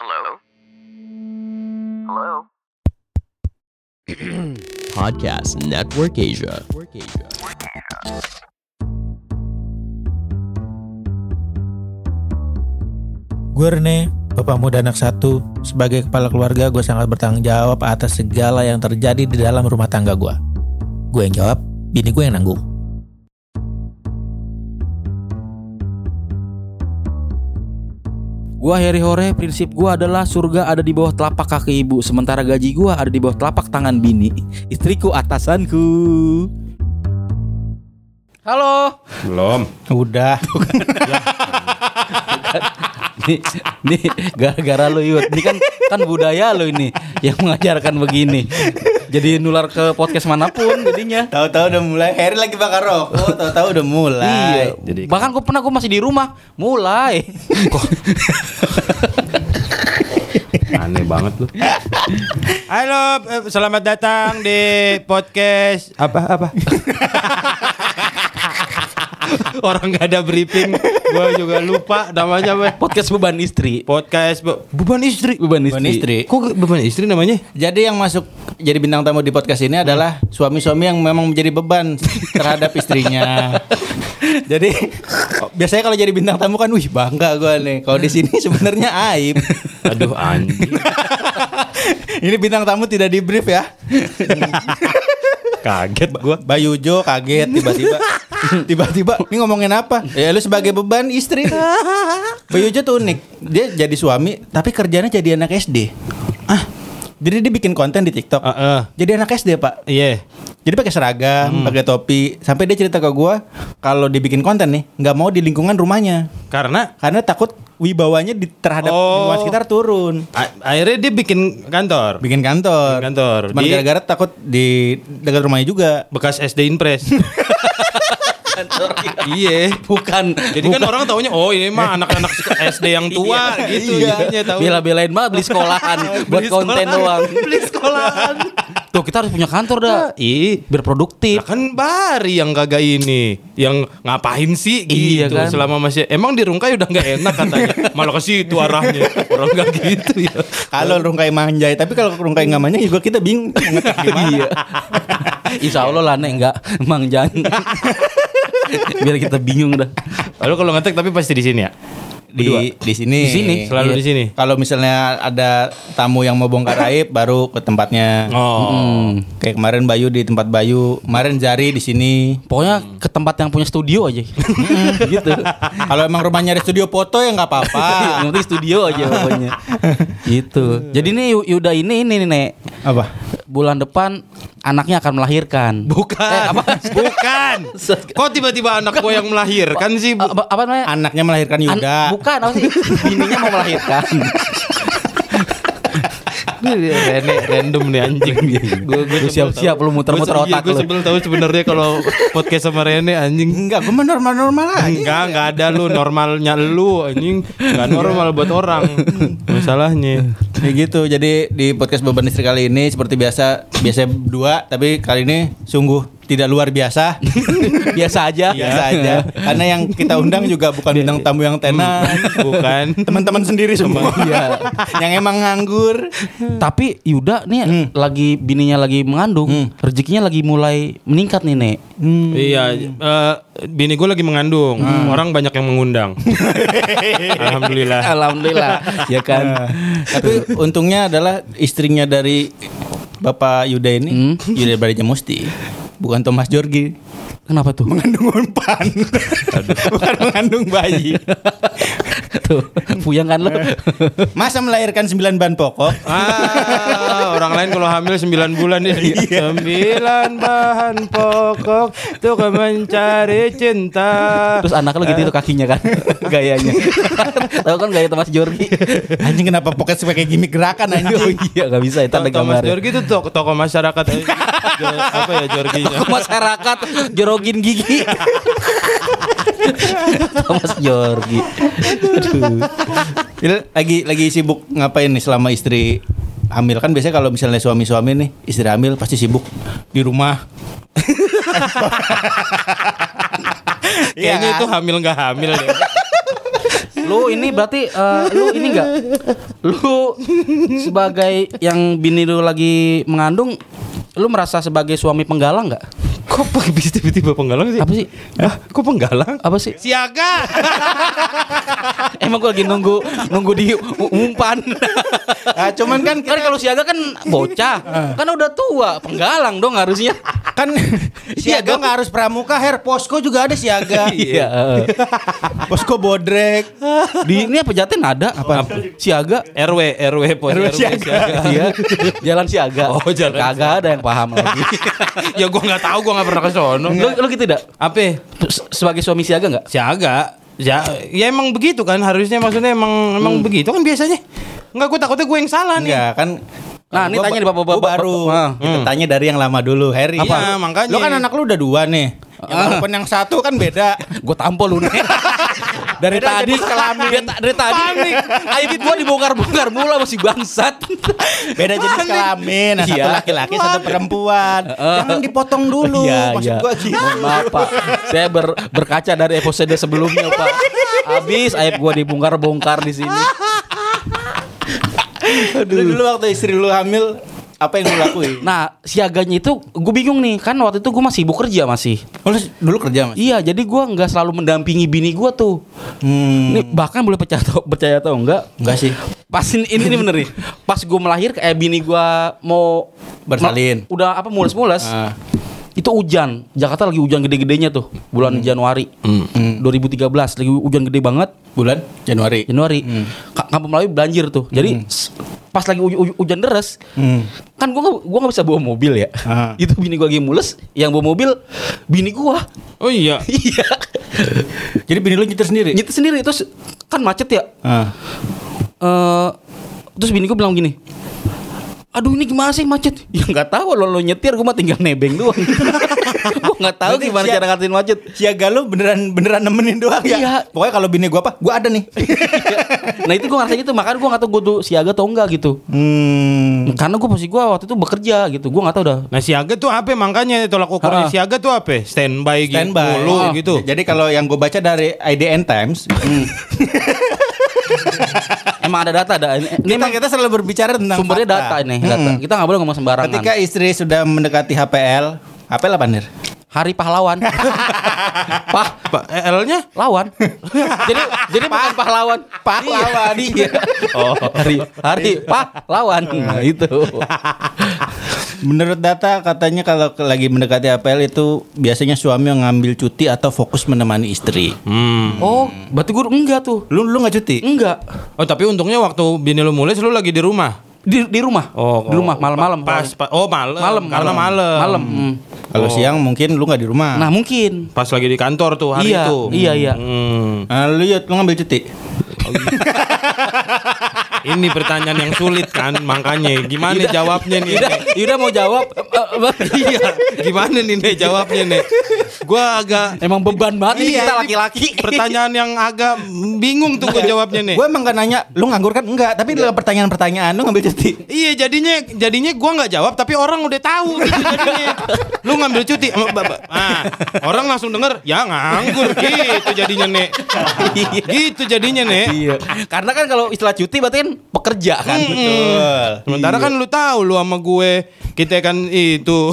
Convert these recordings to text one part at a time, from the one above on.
Podcast Network Asia. Gue Rene, bapak muda anak satu. Sebagai kepala keluarga, gue sangat bertanggung jawab atas segala yang terjadi di dalam rumah tangga gue. Gue yang jawab, bini gue yang nanggung. Gua Harry Hore, prinsip gua adalah surga ada di bawah telapak kaki ibu, sementara gaji gua ada di bawah telapak tangan bini. Istriku atasanku. Halo. Belum. Udah. Nih gara-gara lo Yud. Ini kan budaya lo ini yang mengajarkan begini. Jadi nular ke podcast manapun jadinya. Tahu-tahu udah mulai. Harry lagi bakar rokok. Tahu-tahu udah mulai. Iya. Jadi bahkan gue masih di rumah. Mulai. Aneh banget lu. Halo, selamat datang di podcast apa? Orang nggak ada briefing, gue juga lupa namanya apa. Podcast beban istri. Podcast beban istri. Beban istri. Kok beban istri namanya? Jadi yang masuk jadi bintang tamu di podcast ini adalah suami-suami yang memang menjadi beban terhadap istrinya. Jadi biasanya kalau jadi bintang tamu kan, wih bangga gue nih. Kalau di sini sebenarnya aib. Aduh anjing. Ini bintang tamu tidak di brief ya. Kaget gue. Bayujo kaget tiba-tiba ini ngomongin apa? Ya lu sebagai beban istri. Bayujo tuh unik. Dia jadi suami tapi kerjanya jadi anak SD. Jadi dia bikin konten di TikTok. Jadi anak SD, Pak. Iya. Jadi pakai seragam, pakai topi. Sampai dia cerita ke gua kalau dibikin konten nih nggak mau di lingkungan rumahnya. Karena Takut wibawanya terhadap lingkungan sekitar turun. Akhirnya dia bikin kantor. Cuma gara-gara takut di dekat rumahnya juga. Bekas SD Impres. Iya, Bukan. Jadi kan orang taunya ini mah anak-anak SD yang tua gitu. Iya, tahu. Bela-belain banget beli sekolahan buat konten doang. Beli sekolahan. Tuh kita harus punya kantor dah. Biar produktif. Lah kan Bari yang kagak ini, yang ngapain sih gitu. Iya kan? Selama masih emang di Rungkai udah nggak enak katanya. Malah ke situ arahnya. Orang nggak gitu ya. Kalau Rungkai manjai, tapi kalau Rungkai nggak manjai juga kita bingung ngetek di mana. Iya. Insya Allah lah nek enggak Mang jangan. Biar kita bingung dah. Lalu kalau ngetek tapi pasti di sini ya. Di sini Selalu di sini. Kalau misalnya ada tamu yang mau bongkar aib baru ke tempatnya. Kayak kemarin Bayu di tempat Bayu, kemarin Jari di sini. Pokoknya ke tempat yang punya studio aja. Gitu. Kalau emang rumahnya ada studio foto ya nggak apa-apa. Yang penting studio aja pokoknya. Gitu. Jadi nih Yuda ini Nek. Apa? Bulan depan anaknya akan melahirkan. Bukan. Bukan. Kok tiba-tiba anak gue yang melahirkan sih? Apa namanya? Anaknya melahirkan Yuda. Bukan, apa sih? Bininya mau melahirkan. Rene random nih anjing. Gue siap-siap lu muter-muter otak lu. Gue sebel tahu sebenarnya kalau podcast sama Rene anjing. Enggak, gue normal aja. Enggak ada lu, normalnya lu anjing. Enggak normal buat orang. Masalahnya. Ya gitu. Jadi di podcast beban istri kali ini seperti biasa berdua, tapi kali ini sungguh tidak luar biasa. Biasa aja. Karena yang kita undang juga bukan bintang tamu yang tenar, bukan teman-teman sendiri semua. Iya. Yang emang nganggur. Tapi Yuda nih bininya lagi mengandung, rezekinya lagi mulai meningkat nih, Nek. Iya, bini gue lagi mengandung. Orang banyak yang mengundang. Alhamdulillah. Ya kan. Tapi untungnya adalah istrinya dari Bapak Yuda ini, Yuda Baraja Musti. Bukan Thomas Jorgi. Kenapa tuh? Mengandung umpan. Bukan mengandung bayi. Tuh, puyang kan lo. Masa melahirkan 9 bahan pokok? Orang lain kalau hamil 9 bulan ya. 9 bahan pokok tuh mencari cinta. Terus anak lo gitu kakinya kan. Gayanya. Tahu kan gaya Thomas Jorgi. Anjing kenapa pokoknya pakai gimmick gerakan anjing. Iya enggak bisa itu ada gambar. Thomas Jorgi itu tokoh masyarakat. Apa ya Jorginya? Tokoh masyarakat jorogin gigi. Thomas Jorgi. Lagi sibuk ngapain nih selama istri hamil? Kan biasanya kalau misalnya suami-suami nih istri hamil pasti sibuk di rumah. Kayaknya itu hamil nggak hamil deh. Lu ini berarti lu ini enggak? Lu sebagai yang bini lu lagi mengandung, lu merasa sebagai suami penggalang enggak? Kok bisa tiba-tiba penggalang sih? Apa sih? Hah? Kok penggalang? Apa sih? Siaga. Emang gua lagi nunggu di umpan. Nah, cuman kan Kan kalau siaga kan bocah, kan udah tua, penggalang dong harusnya. kan siaga nggak harus pramuka, posko juga ada siaga. Iya. Posko bodrek. Di ini apa Jaten ada? Apa? Siaga. RW pos RW siaga. Iya. Jalan siaga. Oh, jalan Kagak ada yang paham lagi. Ya gua enggak tahu, gua enggak pernah ke sono. Lu gitu tidak? Apa? Sebagai suami siaga enggak? Siaga. Ya emang begitu kan, harusnya maksudnya emang begitu kan biasanya. Enggak, gue takutnya gue yang salah nih. Enggak kan. Nah, ini tanya di bapak-bapak baru. Kita tanya dari yang lama dulu, Harry. Iya, makanya. Lu kan anak lu udah 2 nih. Walaupun yang satu kan beda. Gue tampol lu nih. Dari Beda tadi jenis kelamin. dari tadi aib gue dibongkar-bongkar mula masih bangsat. Beda jenis kelamin. Nah, satu Iya. laki-laki, satu perempuan. Jangan dipotong dulu. Iya, Maksud iya. gua gitu. Mohon maaf Pak. Saya berkaca dari episode sebelumnya Pak. Habis aib gue dibongkar-bongkar di sini. Lu dulu waktu istri lu hamil, apa yang lu lakuin? Nah, siaganya itu gue bingung nih, kan waktu itu gue masih sibuk kerja masih. Lu dulu kerja, Mas? Iya, jadi gue nggak selalu mendampingi bini gue tuh. Ini bahkan boleh percaya atau enggak? Enggak sih. Pas ini bener nih. Pas gue melahirkan, bini gue mau Bersalin. udah apa mules-mules. Ah. Itu hujan. Jakarta lagi hujan gede-gedenya tuh bulan Januari 2013 lagi hujan gede banget. Bulan Januari. Kampung Melayu banjir tuh. Jadi pas lagi hujan deras, kan gua nggak bisa bawa mobil ya. Ah. Itu bini gua lagi mules, yang bawa mobil bini gua. Oh iya. Iya. Jadi bini lu nyetir sendiri? Nyetir sendiri terus kan macet ya. Ah. Terus bini gua bilang gini, aduh ini gimana sih macet? Ya nggak tahu lo nyetir, gue mah tinggal nebeng doang. Gue nggak tahu Berarti gimana cara ngatain macet. Siaga lu beneran nemenin doang ya? Iya. Pokoknya kalau bini gua apa? Gua ada nih. Nah itu gue ngerasa gitu, makanya gue nggak tahu gue tuh siaga atau enggak gitu. Karena gue posisi gue waktu itu bekerja gitu, gue nggak tahu dah. Nah siaga tuh apa makanya tolak ukurnya siaga tuh apa? Standby gitu. Standby. Mulu gitu. Jadi kalau yang gue baca dari IDN Times, Emang ada data ada. Ini kita selalu berbicara tentang sumbernya fakta. data ini, data. Kita nggak boleh ngomong sembarangan. Ketika istri sudah mendekati HPL apa Nir? Hari pahlawan. L-nya? Lawan. jadi bukan pahlawan. Pahlawan. Iya. Oh, hari pahlawan. Nah, itu. Menurut data katanya kalau lagi mendekati HPL itu biasanya suami yang ngambil cuti atau fokus menemani istri. Oh, berarti gue enggak tuh. Lu nggak cuti? Enggak. Oh tapi untungnya waktu bini lu mulai lu lagi di rumah. Di rumah. Oh, di rumah malam-malam. malam. Karena malam. Malam. Kalau siang mungkin lu nggak di rumah. Nah, mungkin. Pas lagi di kantor tuh hari Iya, itu. iya. Nah, lu ngambil cuti. Ini pertanyaan yang sulit kan, makanya gimana jawabnya nih? Yuda mau jawab. Iya, gimana nih jawabnya nih? Gua agak Emang beban banget Iya, kita ini laki-laki. pertanyaan yang agak bingung tuh gue jawabnya nih. Gue emang gak nanya, lu nganggur kan? Enggak, tapi dalam pertanyaan-pertanyaan lu ngambil cuti. Iya jadinya gue nggak jawab tapi orang udah tahu gitu jadinya. Lu ngambil cuti, nah, orang langsung denger ya nganggur gitu jadinya nih. Gitu jadinya nih. Iya. Karena kan kalau istilah cuti berarti kan pekerja kan. Betul. Sementara kan lu tahu lu sama gue kita kan itu.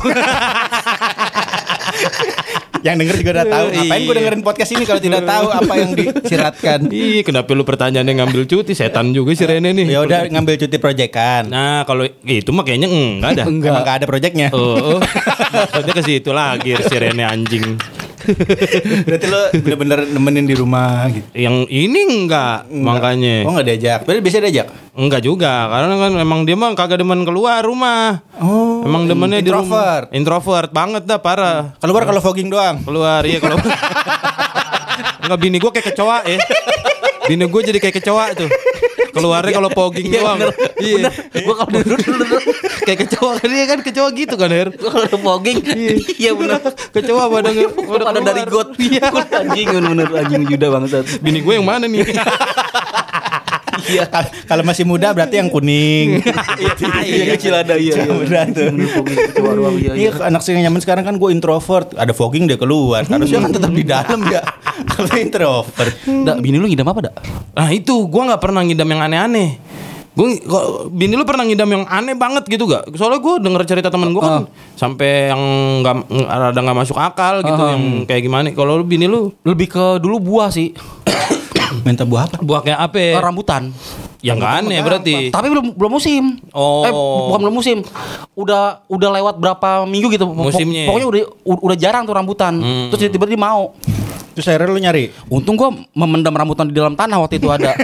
Yang denger juga udah tahu. Ngapain gue dengerin podcast ini kalau tidak tahu apa yang disiratkan? Ih, kenapa lu pertanyaannya ngambil cuti? Setan juga si Rene nih. Ya udah ngambil cuti proyekan. Nah, kalau itu mah kayaknya enggak ada. Emang gak ada proyeknya. Oh, maksudnya ke situ lagi si Rene anjing. Berarti lo bener-bener nemenin di rumah gitu. Yang ini enggak. Makanya. Oh gak diajak. Berarti biasanya diajak? Enggak juga, karena kan emang dia mah kagak demen keluar rumah. Oh. Emang demennya di introvert. rumah. Introvert banget dah parah. Keluar kalau fogging doang. Keluar iya kalau. Enggak, bini gue kayak kecoa ya. Bini gue jadi kayak kecoa tuh. Keluarnya kalau pogging doang. Iya. Gue kalau duduk Kayak kecoa kan dia kan kecoa gitu kan Her. kalau fogging. Iya benar. Kecoa pada Pada dari got. Iya. Anjing bener anjing Yuda bangsat. Bini gue yang mana nih? Iya. Kalau masih muda berarti yang kuning. Yang kecil ada iya. Muda tuh. Iya, anak sing nyaman sekarang kan gue introvert. Ada fogging dia keluar. Harusnya kan tetap di dalam ya. Kalau introvert. Dak, bini lu ngidam apa, Dak? Nah itu gue nggak pernah ngidam yang aneh-aneh. Bini lu pernah ngidam yang aneh banget gitu gak? Soalnya gue denger cerita temen gue kan sampai yang nggak masuk akal gitu, yang kayak gimana? Kalau lu bini lu Lebih ke dulu buah sih. Minta buah apa? buah kayak apa? Rambutan. Yang nggak aneh berarti. Tapi belum musim. Oh. Bukan belum musim. Udah lewat berapa minggu gitu. Musimnya. Pokoknya udah jarang tuh rambutan. Terus tiba-tiba dia mau. Terus akhirnya lu nyari. Untung gua memendam rambutan di dalam tanah waktu itu ada.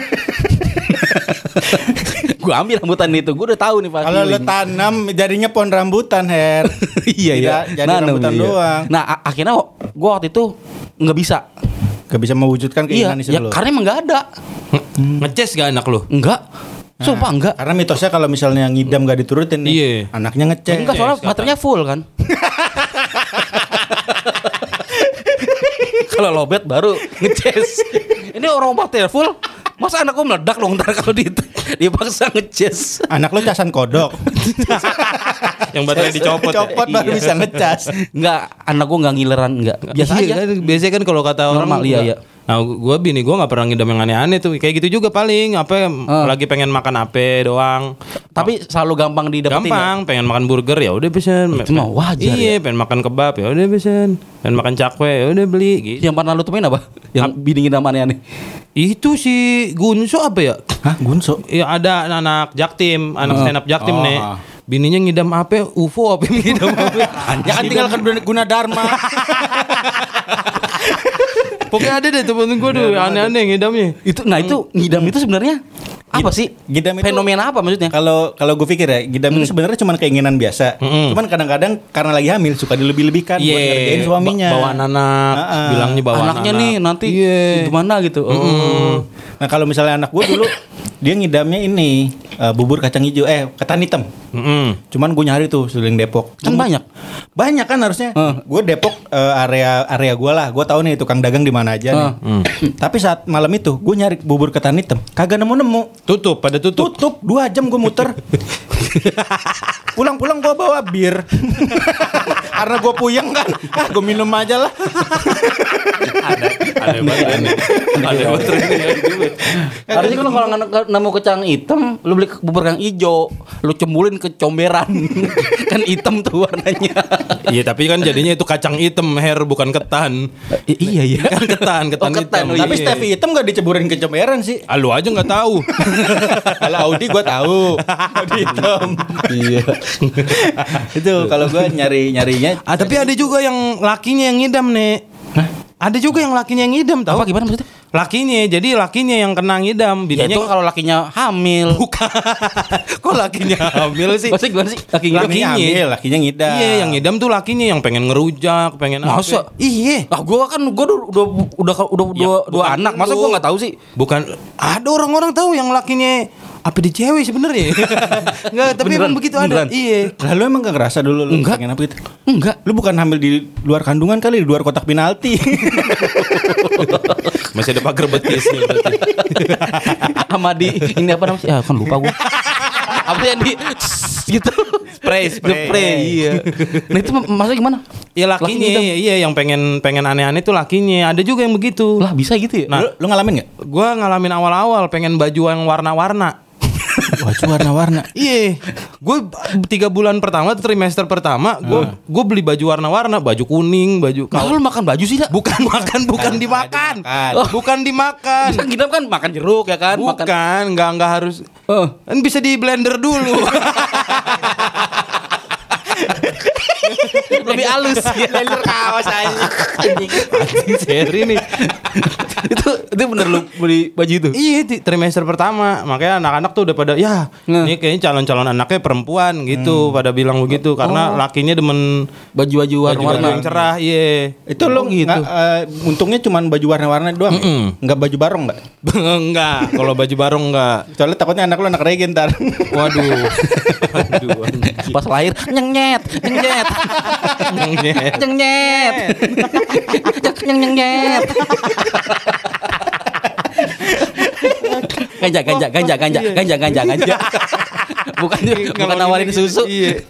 Gue ambil rambutan itu, gue udah tahu nih pasti. Kalau lu tanam jadinya pohon rambutan, Her. Iya. Jadi rambutan doang. Nah akhirnya gue waktu itu nggak bisa. Gak bisa mewujudkan keinginan istri ya, lu. karena emang nggak ada. Ngeces gak anak lu? Enggak. Sumpah enggak. Karena mitosnya kalau misalnya ngidam gak diturutin nih, Iya. anaknya ngecek. Enggak, soalnya baterainya full kan. Kalau lobet baru ngeces. Ini orang baterai full. Masa anak gue meledak dong ntar kalau dipaksa ngeces. Anak lu casan kodok. Yang baterai dicopot. Copot baru bisa ngecas. Enggak, anak gue enggak ngileran enggak. Biasa Iya aja. kan, biasanya kan kalau kata orang Normal, iya. Nah, bini gue nggak pernah ngidam yang aneh-aneh tuh. Kayak gitu juga paling lagi pengen makan apa doang. Tapi selalu gampang didapetin. Gampang, pengen makan burger ya udah pesen. Itu mah wajar Iya, pengen makan kebab ya udah pesen. Pengen makan cakwe ya udah beli gitu. Yang pernah lu temuin apa? Yang bini ngidam aneh-aneh. Itu si Gunso apa ya? Hah, Gunso? Ya ada anak Jaktim, anak stand up Jaktim nih. Bininya ngidam apa? UFO apa ngidam apa? Ya kan tinggal guna dharma. Pokoknya ada deh temen gue tuh aneh-aneh ngidamnya. Itu ngidam itu sebenarnya apa sih? Ngidam itu fenomena apa maksudnya? Kalau gue pikir ya, ngidam itu sebenarnya cuma keinginan biasa. Cuman kadang-kadang karena lagi hamil suka dilebih-lebihkan buat ngerjain suaminya. Bawaan anak, bilangnya bawaan Anaknya anak. nih nanti gimana gitu. Nah kalau misalnya anak gue dulu dia ngidamnya ini bubur kacang hijau, ketan hitam. Cuman gue nyari tuh seling Depok. Kan banyak kan harusnya. Gue Depok area gue lah. Gue tahu nih tukang dagang di mana aja nih. Tapi saat malam itu gue nyari bubur ketan hitam, kagak nemu-nemu. Tutup 2 jam gue muter. Pulang-pulang gue bawa bir. Karena gue puyeng kan, gue minum aja lah. Ada banget. Harusnya kan kalau nemu kacang hitam, lu beli bubur kacang hijau, lu cembulin ke comberan. Kan hitam tuh warnanya. Iya tapi kan jadinya itu kacang hitam, bukan ketan. Iya. Kan ketan ketan, hitam. oh iya. Tapi stevia hitam gak diceburin ke comberan sih. Lu aja nggak tahu. Kalau Audi gue tahu. Audi hitam. Iya. Itu kalau gue nyarinya. Tapi ada juga yang lakinya yang ngidam nih. Ada juga yang lakinya yang ngidam tahu? Apa gimana maksudnya? Lakinya yang kena ngidam. Ya itu kalau lakinya hamil. Bukan. Kok lakinya hamil sih? Maksudnya gimana sih? Lakinya ngidam. Iya, yang ngidam tuh lakinya yang pengen ngerujak, pengen Masa? apa? Iya. Gua udah dua anak. Masa gua enggak tahu sih? Bukan, ada orang-orang tahu yang lakinya apa di cewek sebenarnya. Enggak, tapi Beneran? emang begitu ada. Beneran? Iya. Lalu emang gak ngerasa dulu lu Enggak. pengen apa gitu? Enggak. Lu bukan hamil di luar kandungan kali, di luar kotak penalti. Masih ada pagar betisnya berarti. Sama di ini apa namanya? Ya kan lupa gua. Apa yang di gitu? Spray. Iya. Nah itu maksudnya gimana? Ya lakinya, iya yang pengen aneh-aneh tuh lakinya. Ada juga yang begitu. Lah bisa gitu ya? Nah, Lu ngalamin gak? Gua ngalamin awal-awal pengen baju yang warna-warna. Baju warna-warna. Iya, gue 3 bulan pertama, trimester pertama, gue beli baju warna-warna, baju kuning, baju. Kalau lu makan baju sih lah. Bukan dimakan, bukan dimakan. Bisa ngidam kan makan jeruk ya kan? Bukan, nggak harus. Kan bisa di blender dulu. Lebih halus ya. Blender kaos aja. Anjing seri nih. itu bener lu beli baju itu? Iya, trimester pertama. Makanya anak-anak tuh udah pada ini kayaknya calon-calon anaknya perempuan gitu, pada bilang begitu karena lakinya demen baju-baju warna-warna yang cerah. Iya. Itu lu gitu. Untungnya cuma baju warna-warna doang. Enggak baju barong enggak? Enggak, kalau baju barong enggak. Soalnya takutnya anak lu anak reggae ntar. Waduh. pas lahir nyengnyet. Ganja. Bukan nawarin susu. Iya.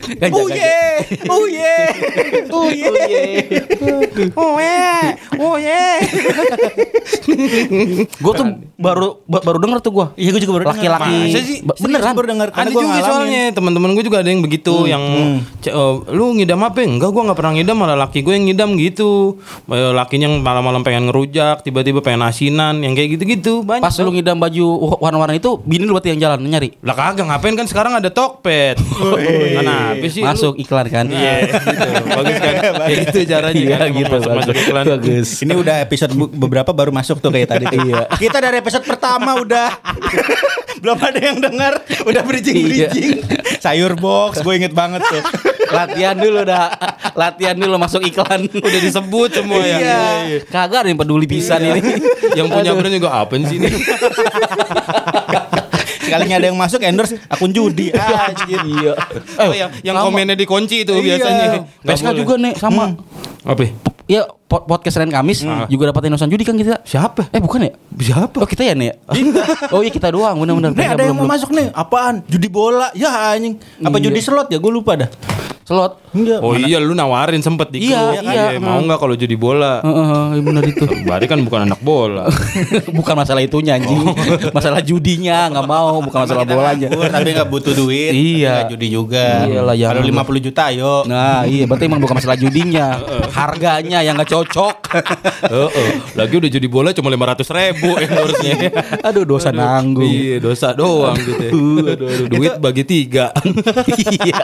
Gue tuh baru denger tuh gue. Iya gue juga baru Laki-laki. Masa sih? Beneran. baru dengar karena Ada gue juga ngalamin. soalnya teman-teman gue juga ada yang begitu yang lu ngidam apa? Enggak, gue nggak pernah ngidam, malah laki gue yang ngidam gitu. Lakinya yang malam-malam pengen ngerujak, tiba-tiba pengen asinan, yang kayak gitu-gitu banyak. Pas lu ngidam baju warna-warna itu, bini lu berarti yang jalan nyari. Lah kagak, ngapain kan sekarang ada Tokped. Kenapa sih? Masuk iklan kan? Iya, gitu. Bagus kan? Kayak gitu caranya Iya, kan. gitu, Masuk iklan. Bagus. Ini udah episode beberapa baru masuk tuh kayak tadi. Iya. Kita dari episode pertama udah belum ada yang dengar, udah bridging. Sayur box, gue inget banget tuh. Latihan dulu masuk iklan. Udah disebut semua ya. Iya. Kagak ada yang peduli pisan ini. Yang punya brand juga apa sih ini? Sekalinya ada yang masuk endorse akun judi. Anjir. Iya. Oh, yang komennya dikunci itu Iya. biasanya. Nggak PSK boleh. juga nih sama. Apa? Ya podcast Senin Kamis juga dapat inosan judi kan kita. Siapa? Bukan ya? Siapa? Oh kita ya nih. Oh iya kita doang benar-benar. Nih ada yang mau masuk nih. Apaan? Judi bola. Ya anjing. Apa Iya. judi slot ya? Gue lupa dah. Slot. Enggak. Oh iya, lu nawarin sempet di Iya, grup. iya. Mau nggak kalau jadi bola? Heeh, benar itu. Berarti kan bukan anak bola. Bukan masalah itunya anjing. Masalah judinya nggak mau, bukan masalah bolanya. Nganggur, tapi nggak butuh duit. Iya. Nggak judi juga. Iyalah, yang- Kalau 50 juta ayo. Nah iya berarti emang bukan masalah judinya. Harganya yang gak cocok. Lagi udah jadi bola cuma 500.000 endorse-nya. Aduh dosa nanggung. Iya, dosa doang gitu ya. Aduh, duit bagi 3. Iya.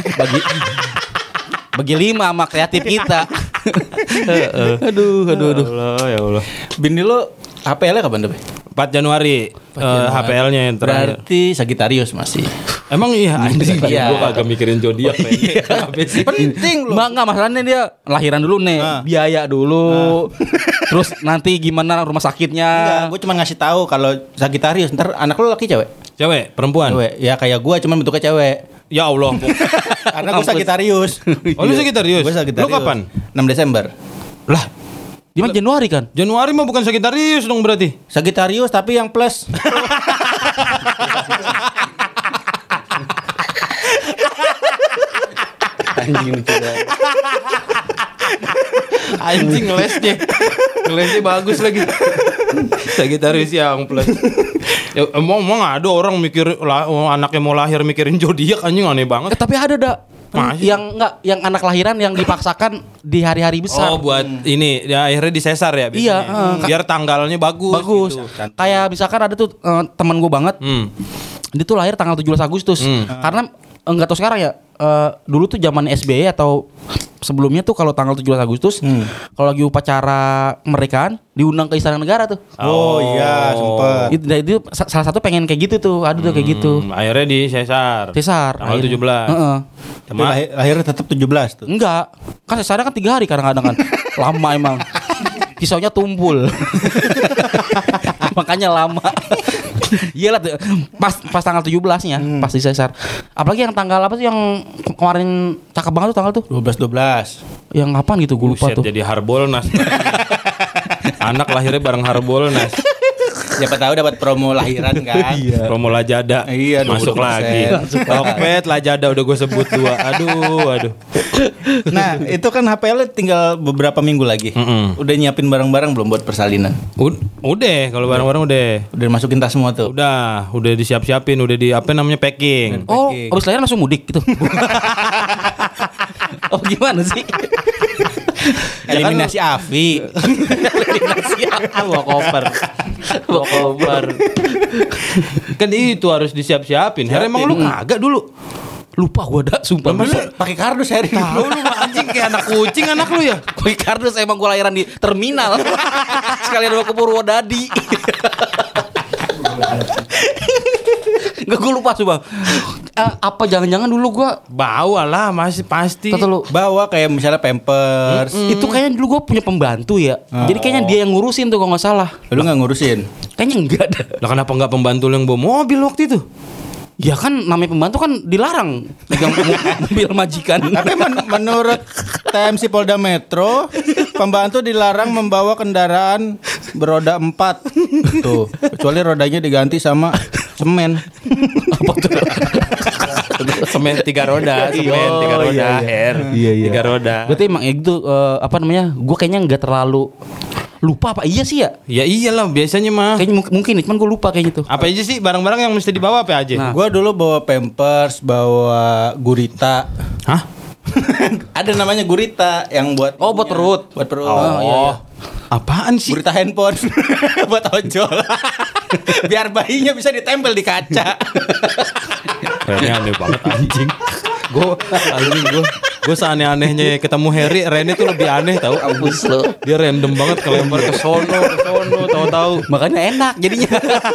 Bagi 5 sama kreatif kita. Aduh. Ya Allah. Bini lo HPL-nya kapan tuh? 4 Januari, HPL-nya yang terakhir. Berarti Sagittarius masih. Emang iya anjing. Iya. Gua kagak mikirin zodiak. Apa sih? Penting loh. Enggak masalahnya dia lahiran dulu nih, biaya dulu. Terus nanti gimana rumah sakitnya? Enggak, gue cuma ngasih tahu kalau Sagittarius. Ntar anak lo laki cewek? Cewek, perempuan. Cewek. Ya kayak gue cuman bentuknya cewek. Ya Allah. Karena gue Sagittarius. Oh, lu Sagittarius? Gue Sagittarius. Lu kapan? 6 Desember. Lah, Dia mah Januari kan? Januari mah bukan Sagittarius dong berarti. Sagittarius tapi yang plus. Anjing lucu banget. Anjing ngelesnya. Ngelesnya bagus lagi. Sagittarius yang plus. Ya, emang ada orang mikir anaknya mau lahir mikirin zodiak, anjing aneh banget. Tapi ada dah. Masih? Yang anak lahiran yang dipaksakan di hari-hari besar. Oh, buat ini ya akhirnya disesar ya biasanya. Iya, Biar tanggalnya bagus. Bagus. Gitu. Kayak misalkan ada tuh teman gue banget. Dia tuh lahir tanggal 17 Agustus. Karena enggak tahu sekarang ya. Dulu tuh zaman SBY atau sebelumnya tuh kalau tanggal 17 Agustus kalau lagi upacara kemerdekaan diundang ke Istana Negara tuh. Oh iya sempet. Itu salah satu pengen kayak gitu tuh. Ada tuh kayak gitu. Akhirnya disesar. Sesar. Tanggal akhirnya. 17. Heeh. Tapi lahirnya tetap 17 tuh. Enggak. Kan sesarnya kan 3 hari kadang-kadang kan. Lama emang. Pisaunya tumpul. Makanya lama. Iyalah tuh, pas tanggal 17-nya pas disesar. Apalagi yang tanggal apa sih yang kemarin cakep banget tuh tanggal tuh? 12. Yang kapan gitu gue lupa Buset, tuh. jadi Harbolnas. Anak lahirnya bareng Harbolnas. Siapa tahu dapat promo lahiran kan. Promo Lajada. Iya, Masuk 20%. lagi. Tokped Lajada udah gue sebut 2. Aduh. Nah itu kan HPL tinggal beberapa minggu lagi. Udah nyiapin barang-barang belum buat persalinan? Udah, kalau barang-barang udah. Udah masukin tas semua tuh. Udah disiap-siapin, udah di apa namanya packing. Oh, packing. abis lahiran langsung mudik gitu. Oh gimana sih? Eliminasi Avi. Bawa koper. Kan itu harus disiap-siapin. Her, emang lu kagak dulu? Lupa gue dah sumpah. Pakai kardus hari ini. Tahu lu mah anjing kayak anak kucing anak lu ya. Gue kardus emang gue lahiran di terminal. Sekalian bawa ke Purwodadi. Enggak gue lupa sumpah. Apa jangan-jangan dulu gue Bawa lah masih pasti. Tata lu Bawa kayak misalnya Pampers. itu kayaknya dulu gue punya pembantu ya. Jadi kayaknya dia yang ngurusin tuh kalau nggak salah. Lu nggak ngurusin? Kayaknya enggak dah. Lah kenapa enggak pembantu lu yang bawa mobil waktu itu? Ya kan namanya pembantu kan dilarang pegang mobil majikan. Tapi menurut TMC Polda Metro, pembantu dilarang membawa kendaraan beroda 4. Tuh, kecuali rodanya diganti sama semen. Apa tuh? Semen 3 roda, semen 3 roda, hair. Iya. 3 roda. Berarti emang itu apa namanya? Gue kayaknya nggak terlalu lupa apa iya sih ya? Ya iyalah biasanya mah. Kayaknya mungkin cuman gue lupa kayak gitu. Apa aja sih barang-barang yang mesti dibawa apa aja? Nah. Gua dulu bawa Pampers, bawa gurita. Hah? Ada namanya gurita yang buat Buat perut. Buat perut. iya. Apaan sih? Gurita handphone buat ojol. Biar bayinya bisa ditempel di kaca. Rene aneh banget anjing. Gue seaneh-anehnya ketemu Harry, Rene tuh lebih aneh tahu. Abus lo. Dia random banget kelempar ke sono, tahu-tahu. Makanya enak jadinya.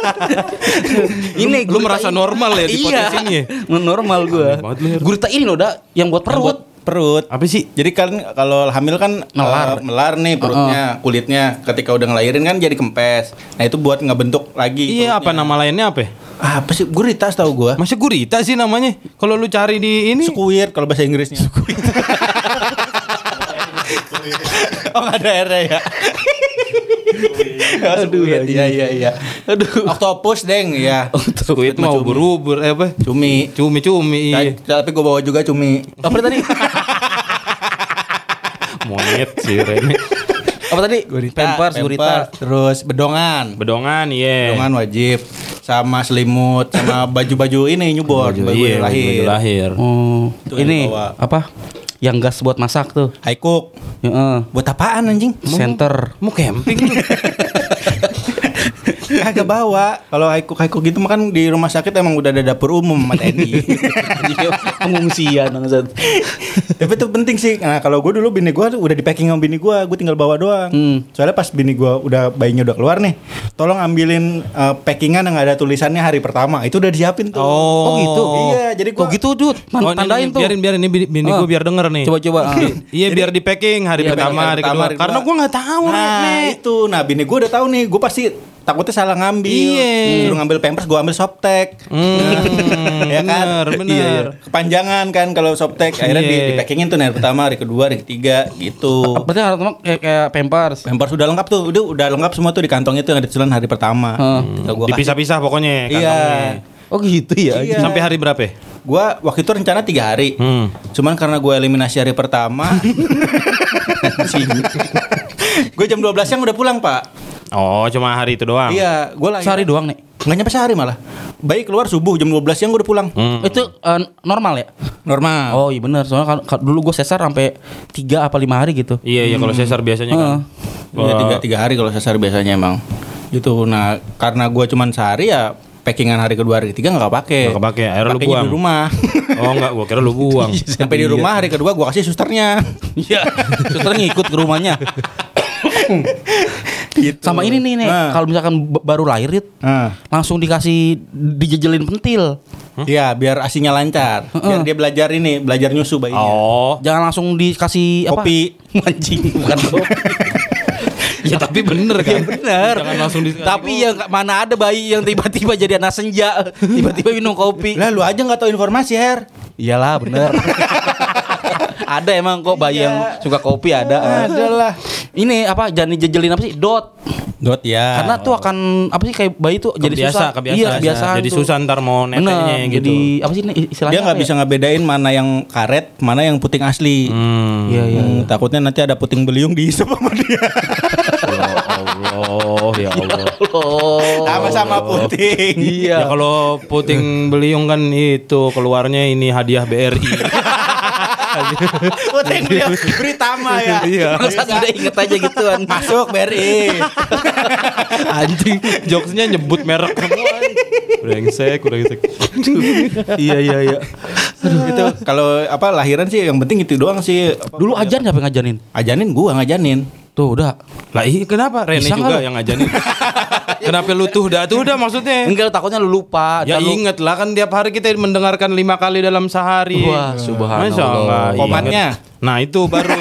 Ini Lu merasa normal ya di podcast ini ya? Normal gue. Aneh banget lu, Her. Gurita ini loh, yang buat perut. Perut. Apa sih? Jadi kan kalau hamil kan melar nih perutnya, kulitnya. Ketika udah ngelahirin kan jadi kempes. Nah itu buat ngebentuk lagi. Iya, apa perutnya. nama lainnya apa? Apa sih gurita setahu gua? Masa gurita sih namanya? Kalau lu cari di ini Squid kalau bahasa Inggrisnya. Oh nggak ada R ya. Aduh iya. Aduh. Oktopus deng ya. Squid mau ubur-ubur apa? Cumi. Cumi. Iya. Tapi gue bawa juga cumi. Apa tadi? Monyet sih Rene. Apa tadi? Pampers, gurita. Terus bedongan. Bedongan, iya. Bedongan wajib. Sama selimut, sama baju-baju ini newborn, baju lahir. Oh, Itu yang ini dibawa. apa? Yang gas buat masak tuh. High cook. Heeh. Buat apaan anjing? Center. Mau camping lu. Kagak bawa. Kalau high cook gitu mah kan di rumah sakit emang udah ada dapur umum sama TNI. Pengungsian bangsat. Tapi itu penting sih. Nah, kalau gue dulu bini gue udah di packing sama bini gue tinggal bawa doang. Soalnya pas bini gue bayinya udah keluar nih, tolong ambilin packingan yang ada tulisannya hari pertama. Itu udah disiapin tuh. Oh gitu. Iya, jadi gue gitu Dut. Tandain tuh. Biarin ini bini gue biar denger nih. Coba. Iya biar di packing hari pertama, hari kedua. Karena gue nggak tahu Nah, nih. itu. Nah, bini gue udah tahu nih. Gue pasti takutnya salah ngambil. Iya. Suruh ngambil Pampers, gue ambil Softtek. Ya kan? Bener. Iya. Kepanjangan kan kalau Softtek. Akhirnya Iya. di packingin tuh hari pertama, hari kedua, hari ketiga gitu. Berarti harus kayak Pampers. Pampers udah lengkap tuh. Udah lengkap semua tuh di kantong itu yang ada tulisan hari pertama. Tinggal gua kasih. Dipisah-pisah pokoknya Iya. kantongnya. Oh gitu ya. Iya. Sampai hari berapa? Ya? Gua waktu itu rencana 3 hari. Cuman karena gue eliminasi hari pertama, gue jam 12 siang udah pulang, Pak. Oh, cuma hari itu doang. Iya, gue lahir. Sehari doang nih. Nggak nyampe sehari malah. Bayi keluar subuh jam 12 siang gue udah pulang. Itu normal ya? Normal. Oh iya benar. Soalnya dulu gue sesar sampai 3 apa 5 hari gitu. Iya kalau sesar biasanya kan. Iya, 3 hari kalau sesar biasanya emang. Gitu. Nah, karena gue cuman sehari ya packingan hari kedua hari ketiga nggak kepake. Nggak kepake. Akhirnya lu Pakainya buang. di rumah. Oh enggak, gua kira lu buang. Sampai di rumah hari kedua gue kasih susternya. Iya. Suster ngikut ke rumahnya. Gitu. Sama ini nih, kalau misalkan baru lahir langsung dijejelin pentil. Iya, biar asinya lancar. Biar dia belajar nyusu bayinya. Oh. Jangan langsung dikasih Kopi. Anjing, bukan kopi. Ya tapi bener kan. Bener. Jangan langsung Tapi ya mana ada bayi yang tiba-tiba jadi anak senja, tiba-tiba minum kopi. Lah lu aja nggak tahu informasi, Her. Iyalah bener. Ada emang kok bayi yang suka kopi ada. Adalah. Ini apa jangan dijejelin apa sih? Dot. Dot ya. Karena tuh akan apa sih kayak bayi tuh jadi susah. kebiasaan. Iya, kebiasaan. Jadi tuh. susah ntar mau neteknya Bener, gitu. Jadi apa sih istilahnya? Dia nggak apa bisa ya? ngebedain mana yang karet, mana yang puting asli. Iya. Takutnya nanti ada puting beliung dihisap sama dia. Ya Allah. Sama-sama puting. Iya. Ya kalau puting beliung kan itu keluarnya ini hadiah BRI. Puting beliung Britama ya. Iya. Masa udah inget aja gituan. Masuk BRI. Anjing, jokesnya nyebut merek semua. Brengsek. Iya. Aduh, itu kalau apa lahiran sih yang penting itu doang sih. Dulu ajan siapa yang ngajanin? Ajanin gua ngajanin. Tuh udah. Lah iya kenapa? Rene Bisa juga nggak lu? yang ngajarin. Kenapa lu tuh dah maksudnya? Enggak, takutnya lu lupa. Ya Ntar lu- inget lah kan tiap hari kita mendengarkan 5 kali dalam sehari. Wah, subhanallah. Masa nggak inget? Komatnya. Nah itu baru.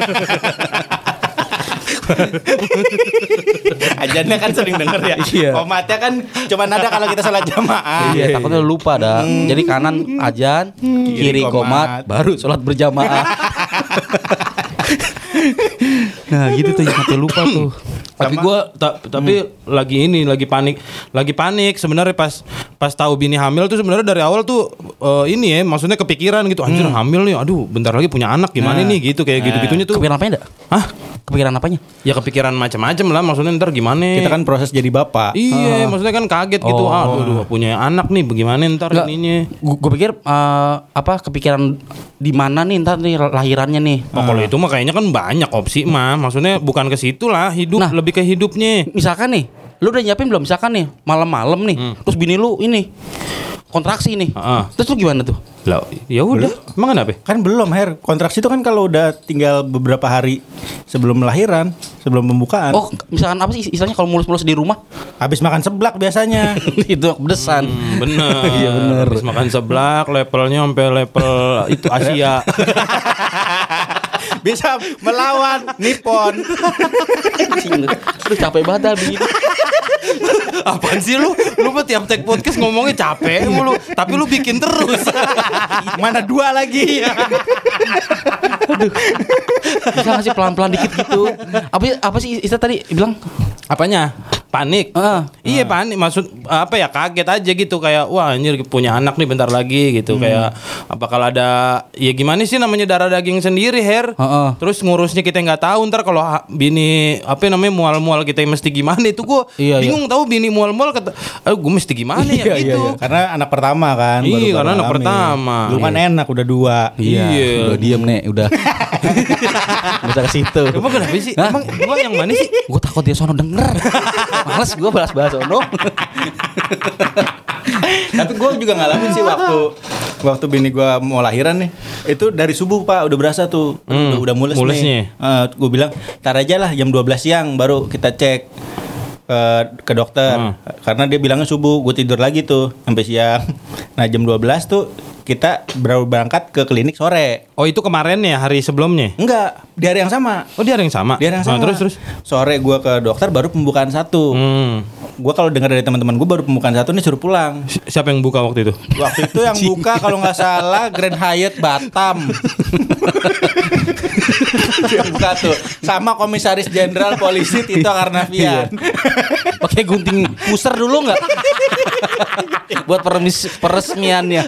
Ajannya kan sering denger ya. Iya. Komatnya kan cuman ada kalau kita sholat jamaah. Iya, takutnya lu lupa dah. Jadi kanan ajan, kiri komat, baru sholat berjamaah. Nah gitu tuh yang sampai lupa tuh. Tapi gua tapi lagi panik sebenarnya pas tahu bini hamil tuh sebenarnya dari awal tuh ini ya maksudnya kepikiran gitu anjir hamil nih aduh bentar lagi punya anak gimana nih gitu kayak gitu-gitunya tuh. Kepikiran apanya enggak? Hah? Kepikiran apanya? Ya kepikiran macam-macam lah maksudnya ntar gimana. Kita kan proses jadi bapak. Iya, maksudnya kan kaget gitu. Aduh, punya anak nih bagaimana ntar Nggak, ininya. Gue pikir kepikiran di mana nih ntar nih lahirannya nih. Oh, kalau itu mah kayaknya kan banyak opsi mah. Maksudnya bukan ke situ lah, lebih ke hidupnya. Misalkan nih, lu udah nyiapin belum misalkan nih malam-malam nih, terus bini lu ini kontraksi nih. Terus lu gimana tuh? Lah, ya udah. Emang kenapa? Kan belum Her. Kontraksi itu kan kalau udah tinggal beberapa hari sebelum lahiran, sebelum pembukaan. Oh, misalkan apa sih istilahnya kalau mulus-mulus di rumah? Habis makan seblak biasanya. Itu pedesan. Bener. Iya bener. Habis makan seblak, levelnya sampai level itu Asia. Bisa melawan Nippon. Aduh capek banget begini. Apaan sih lu? Lu mah tiap take podcast ngomongnya capek mulu, tapi lu bikin terus. Mana dua lagi? Bisa nggak sih pelan-pelan dikit gitu? Apa sih istilah tadi bilang? Apanya? Panik. Iya panik. Maksud apa ya kaget aja gitu kayak wah anjir punya anak nih bentar lagi gitu kayak bakal ada ya gimana sih namanya darah daging sendiri Her. Terus ngurusnya kita nggak tahu ntar kalau bini apa namanya mual-mual kita mesti gimana itu gua bingung tahu bini mual-mual kata gue mesti gimana ya gitu. Iya. Karena anak pertama kan. Iya karena anak pertama. Lu kan enak udah dua. Iya. Udah diem nih udah. Bisa ke situ. Emang kenapa sih? Emang gua yang mana sih? Gue takut dia sono denger. Males gue bahas-bahas sono. Tapi gue juga ngalamin sih waktu bini gue mau lahiran nih. Itu dari subuh Pak udah berasa tuh. Udah mulesnya. Gue bilang tar aja lah jam 12 siang baru kita cek ke dokter. Karena dia bilangnya subuh. Gue tidur lagi tuh sampai siang. Nah jam 12 tuh kita baru berangkat ke klinik sore. Oh itu kemarin ya hari sebelumnya? Enggak, di hari yang sama. Oh di hari yang sama? Di hari yang sama. Terus? Sore gue ke dokter baru pembukaan 1. Gue kalau dengar dari teman-teman gue baru pembukaan 1 nih suruh pulang. Siapa yang buka waktu itu? Waktu itu yang buka kalau nggak salah Grand Hyatt Batam. Yang buka tuh sama Komisaris Jenderal Polisi Tito Karnavian. Pakai gunting pusar dulu nggak? Buat peresmiannya.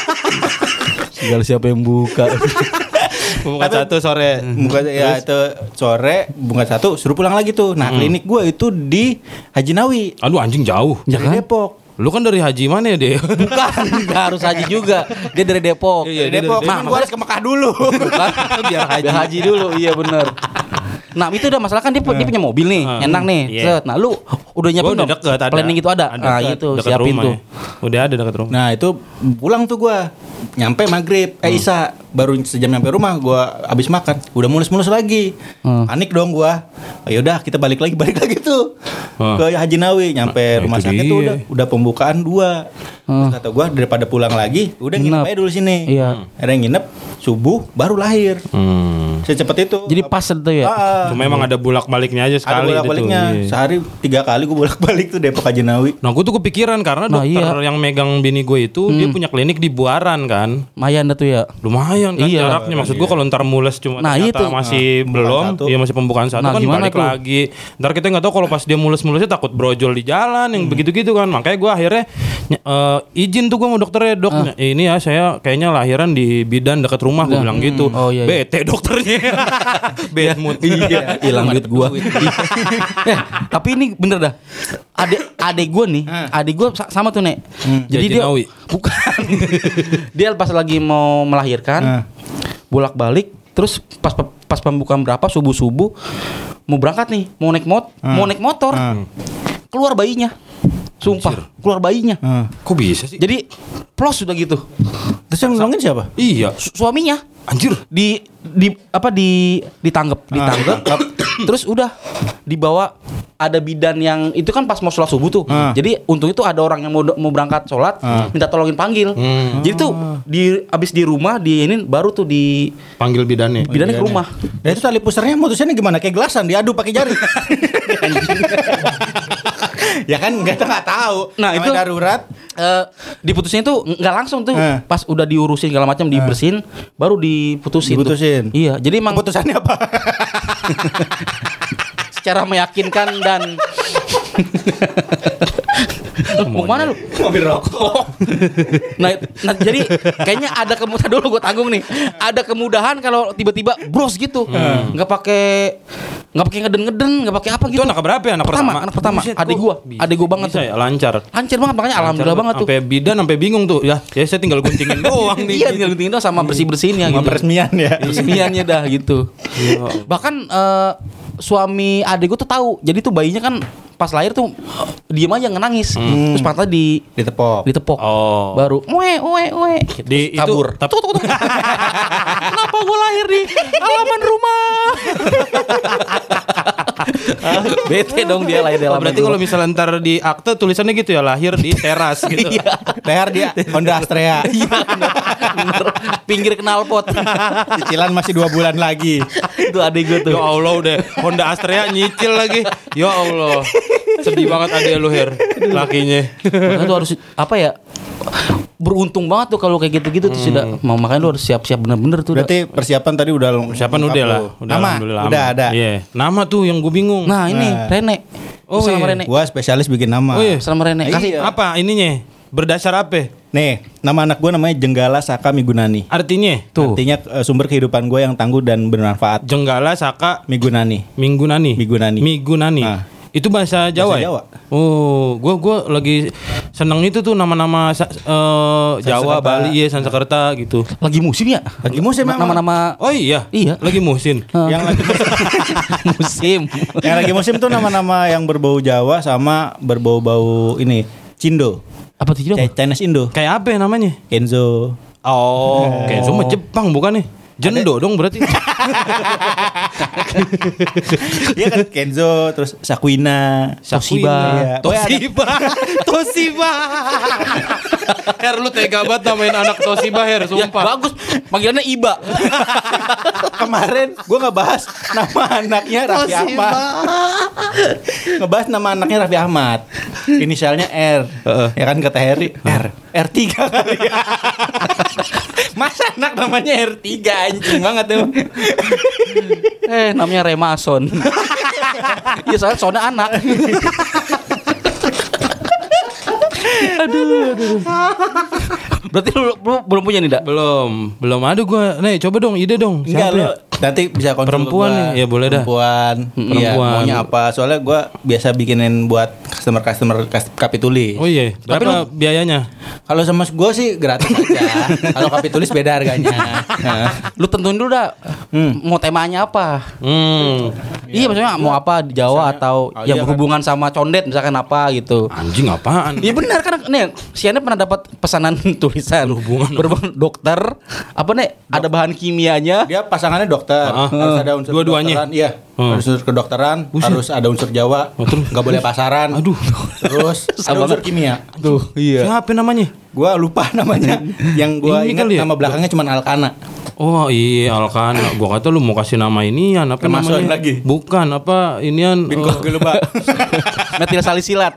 Segala siapa yang buka. Pembukaan 1 sore. Buka ya itu sore pembukaan 1 suruh pulang lagi tuh. Nah klinik gue itu di Haji Nawi. Aduh anjing jauh. Dari Depok. Lu kan dari haji mana ya deh? Bukan, nggak harus haji juga. Dia dari Depok. Iya, Dari Depok. Gue harus ke Mekah dulu. Biar haji dulu. Iya benar. Nah itu udah masalah kan dia punya mobil nih, enak nih. Set. Nah lu udah nyiapin udah dong? Deket, ada. Planning itu ada. Nah itu siapin tuh. Udah ada dekat rumah. Nah itu pulang tuh gue nyampe maghrib Isa baru sejam nyampe rumah gue abis makan udah mulus-mulus lagi. Panik dong gue. Yaudah kita balik lagi tuh ke Haji Nawi. Nyampe rumah sakit tuh udah pembukaan 2. Terus kata gue daripada pulang lagi udah nginep aja dulu sini. Iya. Akhirnya nginep subuh baru lahir. Secepat itu. Jadi pas itu ya. Cuma emang ada bolak-baliknya aja sekali. Ada bolak-baliknya. Sehari 3 kali gue bolak-balik tuh Depok Haji Nawi. Nah gue tuh kepikiran karena dokter yang megang bini gue itu dia punya klinik di Buaran kan. Lumayan dah tuh ya. Lumayan kan jaraknya. Maksud gue kalau ntar mules cuma ternyata masih belum. Iya masih pembukaan 1 kan balik lagi. Ntar kita nggak tahu kalau pas dia mules-mulesnya takut brojol di jalan yang begitu-gitu kan. Makanya gue akhirnya izin tuh gue sama dokternya dok. Ini ya saya kayaknya lahiran di bidan dekat rumah gue bilang gitu. Bete dokternya. Bad mood. Iya, hilang duit gua. Tapi ini bener dah. Adek gua nih, adik gua sama tuh, Nek. Jadi dia bukan. Dia pas lagi mau melahirkan, bolak-balik, terus pas pembukaan berapa subuh-subuh mau berangkat nih, mau naik motor. Keluar bayinya. Sumpah, keluar bayinya. Kok bisa sih? Jadi plos sudah gitu. Terus yang nolongin siapa? Iya, Suaminya. anjir. Ditangkep. Terus udah dibawa ada bidan yang itu kan pas mau sholat subuh tuh. Jadi untung itu ada orang yang mau berangkat sholat minta tolongin panggil. Jadi tuh abis di rumah ini baru tuh panggil bidannya ke rumah. Nah itu tali pusernya mutusinnya gimana? Kayak gelasan diadu pakai jari. Ya kan nggak tahu. Nah itu darurat. Diputusin tuh nggak langsung tuh. Pas udah diurusin segala macam dibersihin baru diputusin. Diputusin. Iya. Jadi emang keputusannya apa? secara meyakinkan dan mau mana lu? Mobil rokok. Nah, jadi kayaknya ada kemudahan dulu gue tanggung nih. Ada kemudahan kalau tiba-tiba bros gitu. Nggak pakai ngeden-ngeden, nggak pakai apa gitu. Itu anak berapa ya? Anak pertama. Buset, adik gua banget bisa tuh. ya, lancar. Lancar banget makanya alhamdulillah banget tuh. Sampai bidan sampai bingung tuh. Ya saya tinggal guntingin doang nih. Iya, tinggal guntingin doang sama bersih-bersihinnya Sama gitu. peresmian ya. Resmiannya dah gitu. Bahkan suami adik gue tuh tahu. Jadi tuh bayinya kan pas lahir tuh diem aja nangis. Terus pantatnya ditepok. Oh. Baru uwe gitu. Kabur. Tapi Kenapa gue lahir di halaman rumah? Bete dong dia lahir di halaman berarti kalau misalnya ntar di akte tulisannya gitu ya, lahir di teras gitu. Leher dia Honda Astrea. Bener. Pinggir knalpot. Cicilan masih 2 bulan lagi. Itu adik gue tuh. Ya Allah udah Honda Astrea nyicil lagi. Ya Allah. Sedih banget adek lu Her, lakinya. Makanya tuh harus apa ya? Beruntung banget tuh kalau kayak gitu-gitu tuh sudah. Makanya lu harus siap-siap bener-bener tuh. Berarti persiapan tadi udah Persiapan udah lah. Udah nama alhamdulillah udah aman. ada. Iya. Nama tuh yang gue bingung. Nah ini Rene. Oh, Sama iya. Rene. Gua spesialis bikin nama. Oh, iya. Sama Rene. Kasih. Iya. Apa ininya? Berdasar apa? Nih, nama anak gua namanya Jenggala Saka Migunani. Artinya? Tuh. Artinya sumber kehidupan gua yang tangguh dan bermanfaat. Jenggala Saka Migunani. Migunani. Migunani. Nah. Itu bahasa Jawa Bahasa ya? Jawa. Oh, gua lagi seneng itu tuh nama-nama Jawa, Bali, ya, Sanskerta gitu. Lagi musim ya? Lagi musim memang. Nama-nama Oh iya. Iya. Lagi musim. Yang lagi musim. yang lagi musim tuh nama-nama yang berbau Jawa sama berbau-bau ini Cindo. Apa tuh? Chinese Indo. Kayak apa ya namanya? Kenzo. Oh, kayak cuma Jepang bukan nih? Jendo dong berarti. Iya kan Kenzo, terus Sakuina, Toshiba. Iya. Toshiba. Her lu tega banget namain anak Toshiba Her, Ya, sumpah. bagus. Panggilannya Iba. Kemarin gue ngebahas nama anaknya Raffi Ahmad. Ngebahas nama anaknya Raffi Ahmad. Inisialnya R. Ya kan kata Heri R3 kali ya. Masa anak namanya R3 anjing banget tuh. Namanya Remason. Iya soalnya sonnya anak. Aduh. Berarti lu belum punya nih, Dak? Belum ada gua. Nih, coba dong ide dong. Enggak Siapa lu ya? nanti bisa konsul Perempuan ke gua. nih? Ya, boleh dah. Perempuan. Iya, Perempuan. maunya apa? Soalnya gue biasa bikinin buat customer Kapituli. Oh iya, berapa biayanya? Kalau sama gue sih gratis aja. Kalau Kapitulis beda harganya. Lu tentuin dulu, Dak. Mau temanya apa? Iya, maksudnya mau apa di Jawa Misalnya, atau iya yang kan. berhubungan sama condet misalkan apa gitu. Anjing apaan? Iya benar kan nih, Siana pernah dapat pesanan tulisan berhubungan dokter apa nih? Ada bahan kimianya. Dia pasangannya dokter. Harus ada unsur Dua-duanya? kedokteran. Iya. Harus unsur kedokteran, harus ada unsur Jawa. Nggak boleh pasaran. Aduh. Terus ada unsur kimia. Tuh, iya. Siapa namanya? Gua lupa namanya. Yang gua Ini ingat kali ya? nama belakangnya cuma Alkana. Oh iya Alkana. Gua kata lu mau kasih nama inian apa Kemasukan namanya? lagi. Bukan apa inian. Bingkong gelebak. Metil salisilat.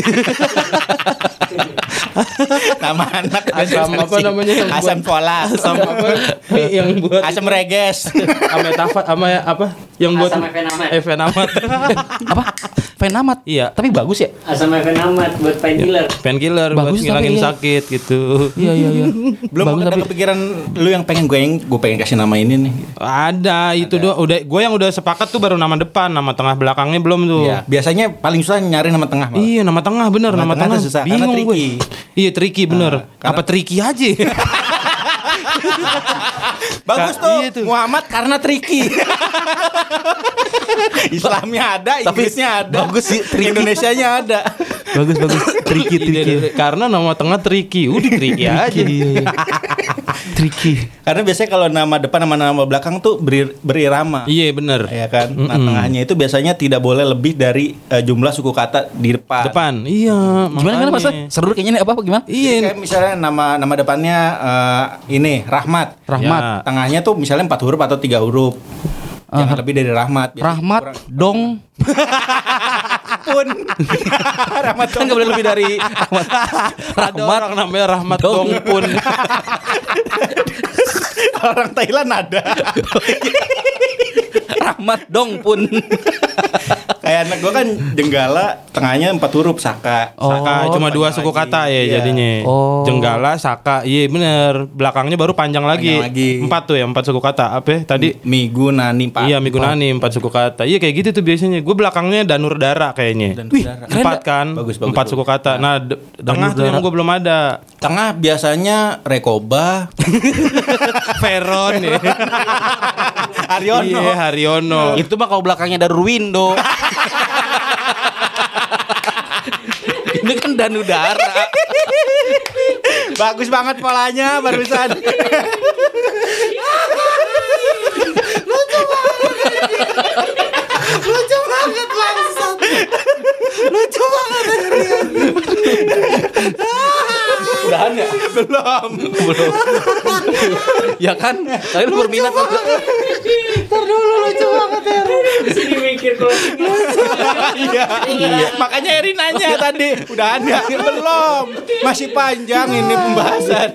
Nama anak Asam apa namanya yang buat- asam folat. Asam apa? Yang buat Asam reges. ametafat sama apa? Yang buat Asam efenamat. efenamat. Apa? Venamat. Iya. Tapi bagus ya? Asam efenamat buat painkiller. Painkiller buat Bagus, ngilangin tapi iya. sakit gitu. Iya. Belum Bagus, ada tapi kepikiran lu yang pengen gue pengen kasih nama ini nih. Ada itu doang. Udah gue yang udah sepakat tuh baru nama depan, nama tengah belakangnya belum tuh. Iya. Biasanya paling susah nyari nama tengah. Malah. Iya nama tengah bener Nama nama tengah tengah tuh susah, karena bingung gue. tricky. Iya tricky bener. karena- Apa tricky aja? Bagus tuh. Iya tuh. Muhammad karena tricky. Islamnya ada, Inggrisnya ada. bagus sih, tricky. Indonesianya ada. bagus. Tricky. Karena nama tengah tricky. Udah tricky aja. Tricky. Karena biasanya kalau nama depan sama nama belakang tuh berirama. Iya bener. Ya kan. Nah, tengahnya itu biasanya tidak boleh lebih dari jumlah suku kata di depan. Depan. Iya. Gimana Mas? makanya. Seru kayaknya nih apa gimana? Iya. Kayak misalnya nama depannya ini Rahmat. Rahmat. Ya. Tengahnya tuh misalnya 4 huruf atau 3 huruf. Jangan lebih dari Rahmat. Biasanya Rahmat kurang- dong. pun. Rahmat Kan enggak boleh lebih dari Rahmat. Ada orang namanya Rahmat Dong. Dongpun. Orang Thailand ada. Rahmat dong pun. Kayak anak gue kan Jenggala, tengahnya 4 huruf Saka. Saka cuma 2 suku lagi. kata ya Iya. jadinya. Oh. Jenggala, Saka. Iya bener. Belakangnya baru panjang lagi. Panjang lagi. 4 tuh ya, 4 suku kata. Apa ya tadi? Migu, Nani, Pak. Iya, Migunani 4 suku kata. Iya kayak gitu tuh biasanya. Gue belakangnya Danur Dara kayaknya. Wih, 4 kan? Bagus, 4 bagus. suku kata. Nah, tengah tuh yang gue belum ada. Tengah biasanya Rekoba, Veron ya. Haryono. Iya, Haryono. Itu mah kalau belakangnya Darwindo. Ini kan Danudara. Bagus banget polanya barusan. Udahan ya? Belum. Ya kan? Kalian lu berminat juga. Sini mikir closing. Iya. Makanya Eri nanya tadi, udah ada? Belum. Masih panjang ini pembahasan.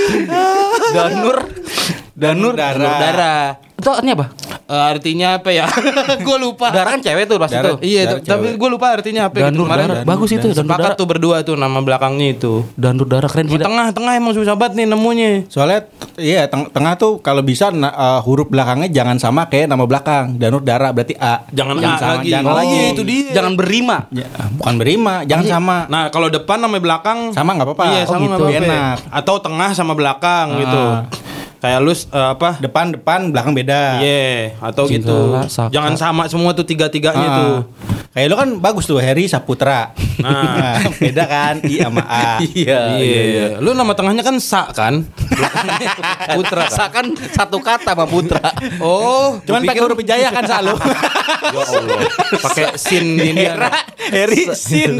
Danur Dara. Itu artinya apa? Artinya apa ya? Gue lupa. Dara kan cewek tuh pasti Dara. tuh. Iya, Dara tapi cewek. gue lupa artinya apa Danur Kemarin Dara. Bagus itu Danur sepakat Dara. tuh berdua tuh nama belakangnya itu. Danur Dara keren sih. Tengah emang susah banget nih nemunya. Soalnya iya tengah tuh kalau bisa huruf belakangnya jangan sama kayak nama belakang. Danur Dara berarti A. Jangan A sama, lagi. Jangan Oh, lagi. itu dia. Jangan berima. Ya, bukan berima, jangan sama. Nah, kalau depan sama belakang Sama nggak apa-apa. Iya, sama gitu. nggak apa-apa. Enak. Atau tengah sama belakang Ah. gitu. Kayak lu apa? Depan belakang beda. Iya, atau Jenggala, gitu. Saka. Jangan sama semua tuh tiga-tiganya Ah. tuh. Kayak lu kan bagus tuh Heri Saputra. Nah. Beda kan I sama A. Iya. Lu nama tengahnya kan Sa kan? Putra kan? Sakan satu kata sama Putra. Oh, Cuman pakai huruf Wijaya kan Sa lu. ya Allah. Pakai sin ini. Heri Sin.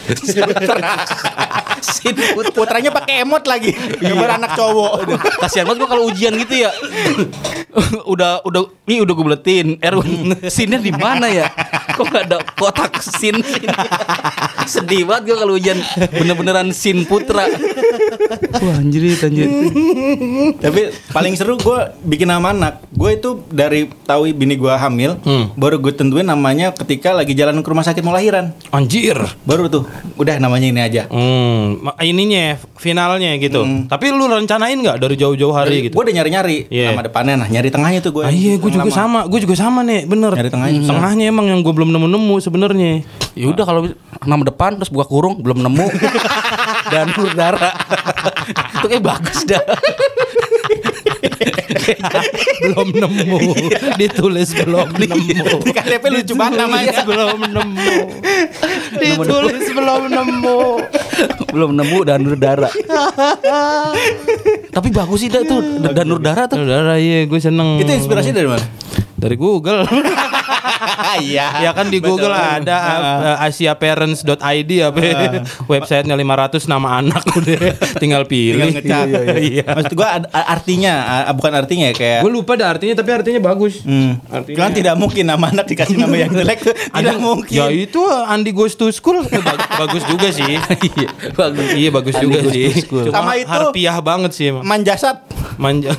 Sin Putranya pakai emot lagi. Gambar anak cowok. Kasihan banget gua kalau ujian gitu ya. udah gue beletin. Sinnya di mana ya? Kok gak ada kotak sin? Sedih banget gue kalau ujian bener-beneran sin Putra. Wah anjir. Tapi paling seru gue bikin nama anak. Gue itu dari tahu bini gue hamil, baru gue tentuin namanya ketika lagi jalan ke rumah sakit mau lahiran. Anjir. Baru tuh, udah namanya ini aja. Ininya finalnya gitu. Tapi lu rencanain nggak dari jauh-jauh hari gitu? Gue udah nyari-nyari Iya. nama depannya, nah nyari tengahnya tuh gue. Iya, gue juga sama nih, bener. Nyari tengahnya. Tengahnya emang yang gue belum nemu sebenarnya. Ya udah kalau nama depan terus buka kurung belum nemu. Danur Dara. Itu kayak bagus dah. Belum nemu. Ditulis belum nemu. Di KTP lucu banget namanya. Belum nemu. Ditulis belum nemu. Belum nemu Danur Dara. Tapi bagus sih dah tuh Danur Dara tuh. Saudara, iya gue seneng. Itu inspirasi dari mana? Dari Google. Iya. Ya kan di Google ada asiaparents.id apa websitenya 500 nama anak udah tinggal pilih. Tinggal ngecat. Iya. Maksud gue artinya, bukan artinya ya kayak. Gue lupa dah artinya tapi artinya bagus. Artinya Kan tidak mungkin nama anak dikasih nama yang jelek tuh. Tidak mungkin. Ya itu Andi Goes to School bagus juga sih. Bagus. Iya bagus Andi juga Goes to sih. School. Sama Cuma itu- harfiah banget sih emang. Manjasat. Manja.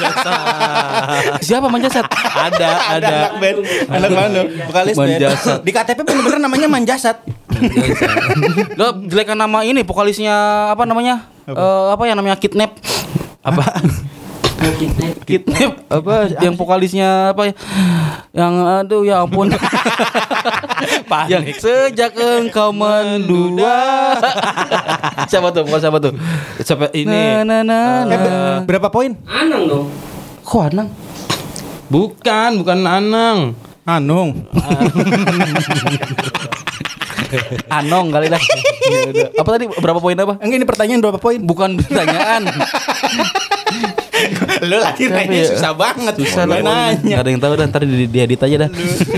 Siapa Manjasat? Ada. Anak band. Anak mana? Vokalis band. Manjasat. Di KTP bener-bener namanya Manjasat. Lo jelekan nama ini vokalisnya apa namanya? Apa yang namanya Kidnap? Apa? Kidnap apa yang vokalisnya apa ya? Yang aduh ya ampun. Yang sejak engkau mendua. Siapa tuh? Bukan siapa tuh? Siapa ini? Na, na, na, na. Berapa poin? Anang dong. Kok Anang? Bukan Anang. Anung. Anong kali dah. Ya udah. Apa tadi berapa poin apa? Enggak ini pertanyaan berapa poin? Bukan pertanyaan. Lu lagi nanya ya? susah banget. Susah lah. Lu nanya. Nggak ada yang tahu dah. Ntar diedit aja dah.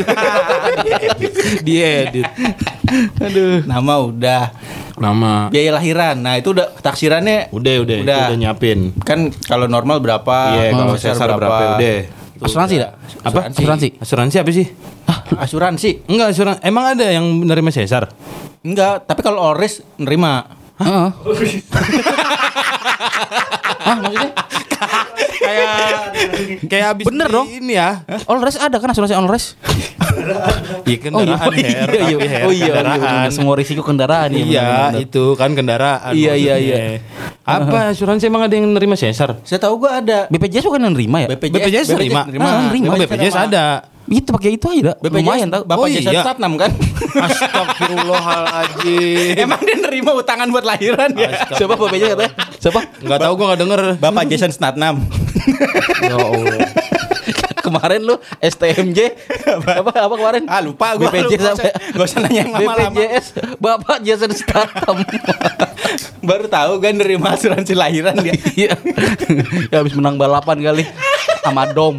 Diedit. Nama udah. Nama. Biaya lahiran. Nah, itu udah taksirannya. Udah nyapin. Kan kalau normal berapa? Iya, kalau sesar berapa? Udah. Asuransi dah? Apa? Asuransi. Asuransi apa sih? Asuransi. Enggak, emang ada yang menerima sesar? Enggak, tapi kalau Ores nerima. Heeh. Hah, maksudnya? Kayak habis Bener beli dong. ini ya. Allres ada kan asuransi Allres? Iya kendaraan Her, tapi Her, kendaraan. Semua risiko kendaraan ya. Iya, benar-benar. itu kan kendaraan. Iya, iya, maksudnya. iya. Apa asuransi emang ada yang nerima sesar? Saya tahu gua ada. BPJS bukan yang nerima ya? BPJS nerima. nerima. Emang BPJS ada. Itu pakai itu aja dah. Lumayan tau. Bapak Oh, Jason iya. Statham kan. Astagfirullahaladzim. Emang dia nerima utangan buat lahiran ya? Siapa BPJS katanya? Siapa? Enggak tahu gua enggak denger. Bapak Jason Statham. Ya Allah. Kemarin lu STMJ apa kemarin? Ah lupa gua. BPJS apa? Gak usah nanya yang lama-lama. BPJS Bapak Jason Statham. Baru tahu kan nerima asuransi lahiran dia. Iya. Ya habis menang balapan kali sama Dom.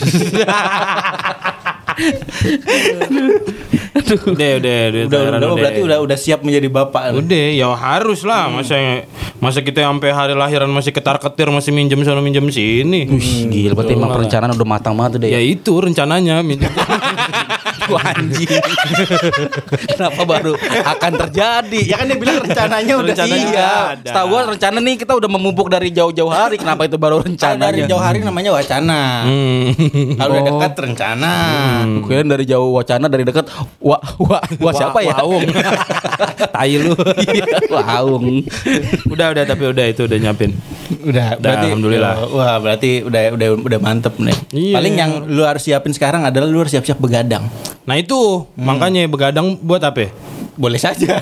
Udah, Berarti udah siap menjadi bapak. Udah, ya harus lah. Masa kita sampai hari lahiran masih ketar-ketir, masih minjem sana minjem sini. Wih, gila berarti emang perencanaan udah matang banget deh. Ya itu rencananya minjem. Wah, anjing. Kenapa baru akan terjadi? Ya kan dia bilang rencananya udah Rencananya iya. ada. Setahu gua rencana nih kita udah memupuk dari jauh-jauh hari. Kenapa itu baru Dari rencananya? jauh hari namanya wacana. Kalau udah dekat rencana. Kirain dari jauh wacana, dari dekat wah siapa ya? Waung. Tai lu. Waung. Udah tapi udah itu udah nyiapin. Udah, berarti alhamdulillah. Wah, berarti udah mantep nih. Iya. Paling yang lu harus siapin sekarang adalah lu harus siap-siap begadang. Nah itu makanya begadang buat apa? Boleh saja.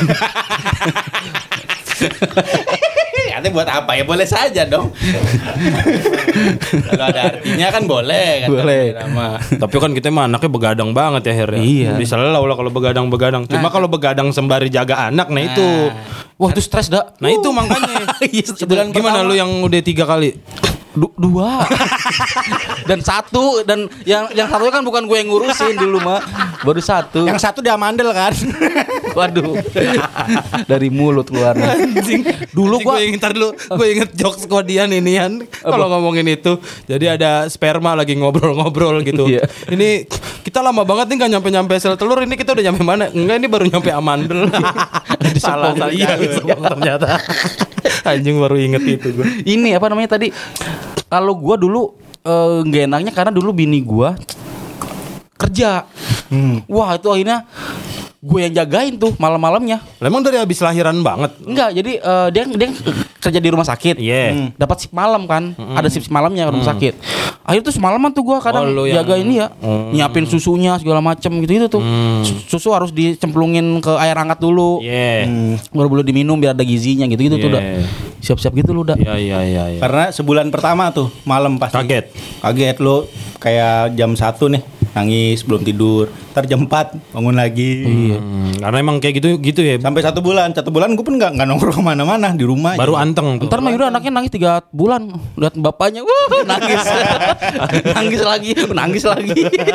Katanya buat apa ya? Boleh saja dong. Kalau ada artinya kan boleh. Kata Boleh. Rama. Tapi kan kita mah anaknya begadang banget ya Her. Iya. Bisa lelau lah kalau begadang-begadang. Cuma kalau begadang sembari jaga anak, nah itu. Wah itu stres dah. Nah itu makanya. Sebulan Gimana lu yang udah 3 kali? Dua dan satu dan yang satunya kan bukan gue yang ngurusin dulu mah, baru satu. Yang satu dia mandel kan. Waduh, dari mulut keluarnya. Dulu Gue inget jokes kodian inian kalau ngomongin itu. Jadi ada sperma lagi ngobrol-ngobrol gitu. Iya. Ini kita lama banget nih nggak nyampe sel telur. Ini kita udah nyampe mana? Enggak, ini baru nyampe amandel. Salah. Iya, ternyata. Anjing baru inget itu gue. Ini apa namanya tadi? Kalau gue dulu nggak enaknya karena dulu bini gue kerja. Wah itu akhirnya gue yang jagain tuh malam-malamnya. Emang dari habis lahiran banget. Enggak, jadi dia kerja di rumah sakit. Iya. Dapat shift malam kan. Ada shift malamnya ke rumah sakit. Akhirnya tuh semalaman tuh gue kadang lu yang- jaga ini ya. Nyiapin susunya segala macem gitu tuh. Susu harus dicemplungin ke air hangat dulu. Iya. Baru boleh diminum biar ada gizinya gitu-gitu tuh Yeah. udah. Siap-siap gitu lu udah. Iya. Karena sebulan pertama tuh malam pasti Kaget. lu kayak jam 1 nih nangis belum tidur. Ntar jam 4 bangun lagi. Karena emang kayak gitu ya. Sampai 1 bulan gue pun nggak nongkrong kemana-mana di rumah. Baru aja. anteng. Ntar mah udah anaknya nangis 3 bulan. Lihat bapaknya, nangis. nangis lagi.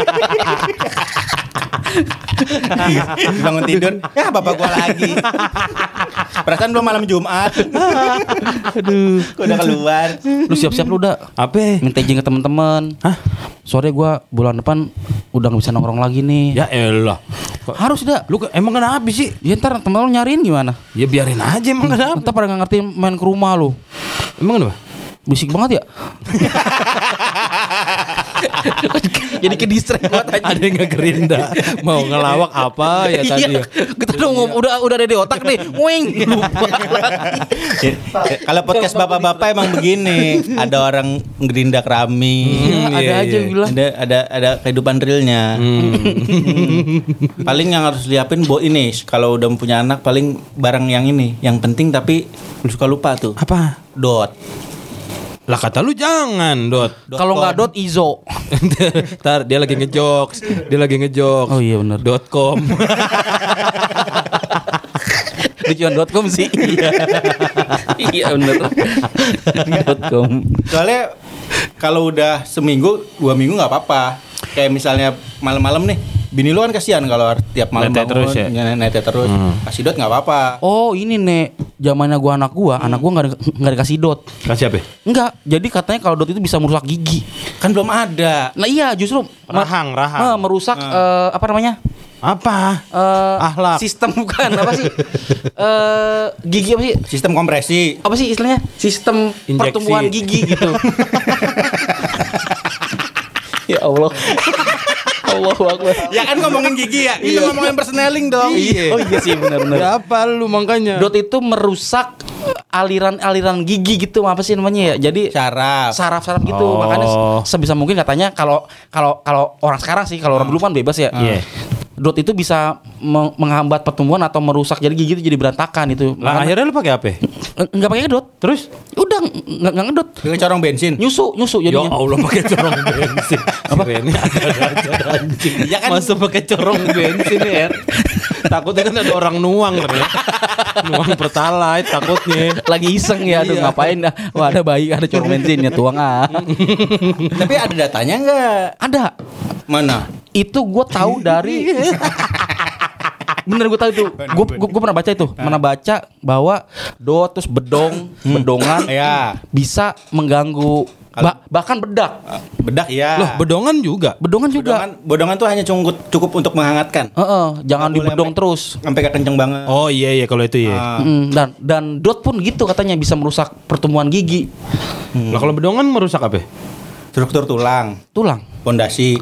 Bangun tidur, ya bapak gua lagi. Perasaan belum malam Jumat. Aduh, gua udah keluar. Lu siap-siap lu udah. Apa? Minta izin ke teman-teman. Hah? Sore gua bulan depan udah gak bisa nongkrong lagi nih. Ya elah. Harus dah. Lu emang kenapa sih? Ya ntar temen lu nyariin gimana? Ya biarin aja emang kenapa? Ntar pada gak ngerti main ke rumah lu. Emang kenapa? Bisik banget ya. Jadi ke distract banget aja. Ada yang ngegerinda. Mau ngelawak apa ya tadi ya? Kita udah ada di otak nih. Wing. Lupa lagi. Kalau podcast bapak-bapak emang begini, ada orang ngerindak rami. Ada aja bilang. Ada kehidupan realnya. Paling yang harus liapin ini kalau udah punya anak paling barang yang ini, yang penting tapi lu suka lupa tuh. Apa? Dot. Lah kata lu jangan, Dot. Kalau nggak dot izo. Ntar dia lagi ngejokes. Oh iya benar. .com. Lucuan.com sih. Iya benar. .com. Soalnya kalau udah seminggu, 2 minggu nggak apa-apa. Kayak misalnya malam-malam nih, bini lu kan kasihan kalau tiap malam Nete terus ya? nete terus. Kasih dot nggak apa-apa. Oh ini nek zamannya anak gua nggak dikasih dot. Kasih apa? Enggak, jadi katanya kalau dot itu bisa merusak gigi. Kan belum ada. Nah iya justru Rahang. merusak apa namanya? Apa? Akhlak. Sistem bukan apa sih? Gigi apa sih? Sistem kompresi. Apa sih istilahnya? Sistem Injeksi. pertumbuhan gigi gitu. Ya Allah. Allahu Akbar. Ya kan ngomongin gigi ya. Ini ngomongin persneling dong. Oh iya sih benar-benar. Ya apa lu makanya? Dot itu merusak aliran gigi gitu, apa sih namanya ya? Jadi saraf gitu. Oh. Makanya sebisa mungkin katanya kalau orang sekarang sih, kalau orang dulu kan bebas ya. Iya. Dot itu bisa menghambat pertumbuhan atau merusak, jadi gigi itu jadi berantakan itu. Lah akhirnya lu pakai apa? Enggak pakai dot. Terus? Udah enggak ngedot. Pakai corong bensin. Nyusu Ya jadinya. Allah pakai corong bensin. Apa ini ada anjing. Ya kan? Masa pakai corong bensin ya? Takutnya kan ada orang nuang kan ya. Nuang pertalite takutnya. Lagi iseng ya, aduh ngapain dah. Wah, ada bayi, ada corong bensinnya, tuang ah. Tapi ada datanya enggak? Ada. Mana? Itu gue tahu dari bener gue tahu itu. Gue pernah baca itu. Pernah baca bahwa dot terus bedongan Ya. bisa mengganggu bahkan bedak. Bedak ya. Loh, bedongan juga. Bedongan juga. Bodongan tuh hanya cukup untuk menghangatkan. Jangan Nggak boleh dibedong terus. Sampai kenceng banget. Oh iya kalau itu ya. Dan dot pun gitu katanya bisa merusak pertumbuhan gigi. Lah kalau bedongan merusak apa? Struktur tulang, pondasi.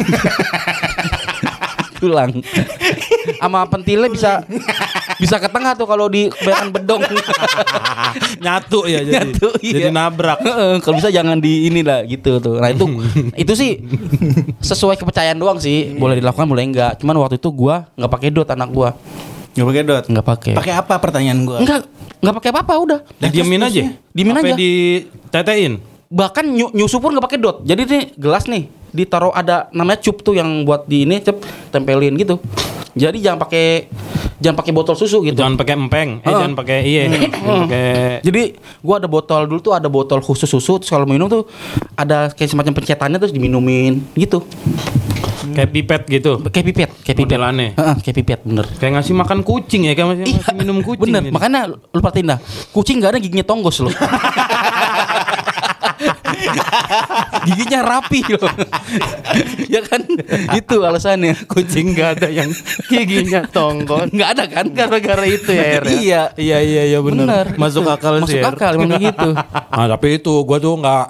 Tulang. Sama pentilnya bisa ke tengah tuh kalau di kebanyakan bedong. Nyatu ya jadi. Nyatu, iya. Jadi nabrak. Kalau bisa jangan di inilah gitu tuh. Nah itu sih sesuai kepercayaan doang sih. Boleh dilakukan boleh enggak. Cuman waktu itu gua nggak pakai dot, anak gua. Nggak pakai dot. Nggak pakai. Pakai apa pertanyaan gua? Nggak pakai apa-apa udah. Didiemin aja. Diemin Sampai aja. ditetein. Bahkan nyusu pun nggak pakai dot. Jadi nih gelas nih ditaruh ada namanya cup tuh yang buat di ini tempelin gitu. Jadi jangan pakai botol susu gitu. Jangan pakai empeng. Jangan pakai Jangan pakai. Jadi gua ada botol dulu tuh, ada botol khusus susu, terus kalau minum tuh ada kayak semacam pencetannya terus diminumin gitu. Kayak pipet gitu. Kayak pipet. Modelannya. Kayak pipet bener. Kayak ngasih makan kucing ya, kayak masih minum kucing. Bener, gitu. makanya lu perhatiin dah. Kucing gak ada giginya tonggos loh. Giginya rapi loh. Ya kan? Itu alasannya. Kucing gak ada yang giginya tonggos. Gak ada kan? Gara-gara itu ya, Her. Iya benar. Bener. Masuk Itu. akal sih. Masuk Her. akal emang gitu. Ah, tapi itu gua tuh nggak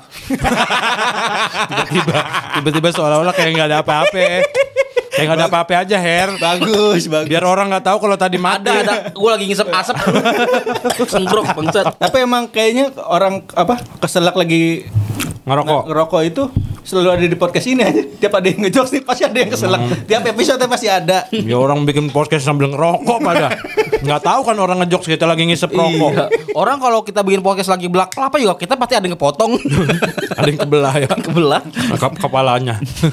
tiba-tiba seolah-olah kayak nggak ada apa-apa. Kayak nggak ada apa-apa aja, Her. Bagus. Biar orang nggak tahu kalau tadi mati. Ada. Gue lagi ngisep asap. Senggrok bangsat. Tapi emang kayaknya orang keselak lagi ngerokok itu selalu ada di podcast ini aja. Tiap ada yang ngejokes nih pasti ada yang keselak. Tiap episode pasti ada. Ya orang bikin podcast sambil ngerokok pada. Nggak tahu kan orang ngejokes kita lagi ngisep rokok. Iya. Orang kalau kita bikin podcast lagi belak kelapa juga kita pasti ada yang kepotong. Ada yang kebelah ya. Kebelah. Kepalanya.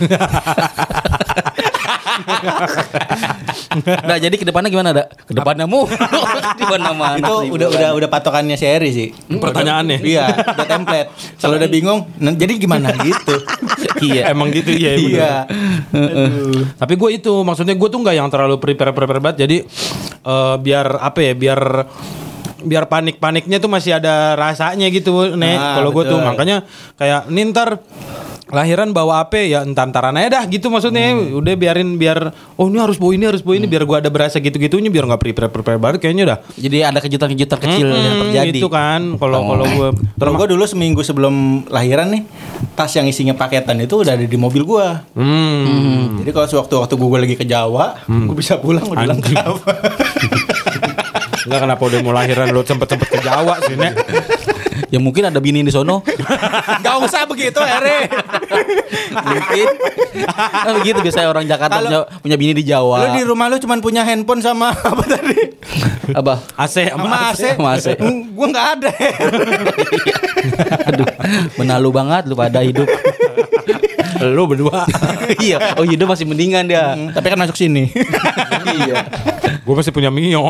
Nah, jadi kedepannya gimana, Dak? Kedepannya mu di mana-mana. Itu udah patokannya si Eri sih. Pertanyaannya. Iya, udah template. Kalau udah bingung, jadi gimana gitu. Iya. Emang gitu ya. Iya. Tapi gue itu maksudnya gue tuh nggak yang terlalu prepare banget. Jadi biar apa ya, biar paniknya tuh masih ada rasanya gitu, Nek. Kalau gue tuh makanya kayak nih ntar lahiran bawa apa ya entar-entaran aja dah gitu maksudnya. Udah biar ini harus bawa ini biar gue ada berasa gitu-gitunya, biar nggak prepare banget kayaknya dah. Jadi ada kejutan-kejutan kecil yang terjadi. Itu kan kalau gue Terus gue dulu seminggu sebelum lahiran nih, tas yang isinya paketan itu udah ada di mobil gue. Jadi kalau sewaktu-waktu gue lagi ke Jawa, gue bisa pulang udah lengkap. Enggak, kenapa udah mau lahiran lo sempet ke Jawa sih, Nek? Ya mungkin ada bini di sono. Gak usah begitu, Ere. Mungkin. Nah, begitu biasanya orang Jakarta punya bini di Jawa. Lu di rumah lu cuma punya handphone sama apa tadi? Apa? AC Sama AC. Sama AC. Gue nggak ada. Aduh, menalu banget lu pada hidup. Lu berdua. Iya. Oh, hidup masih mendingan dia. Tapi kan masuk sini. Iya. Gue masih punya Mio.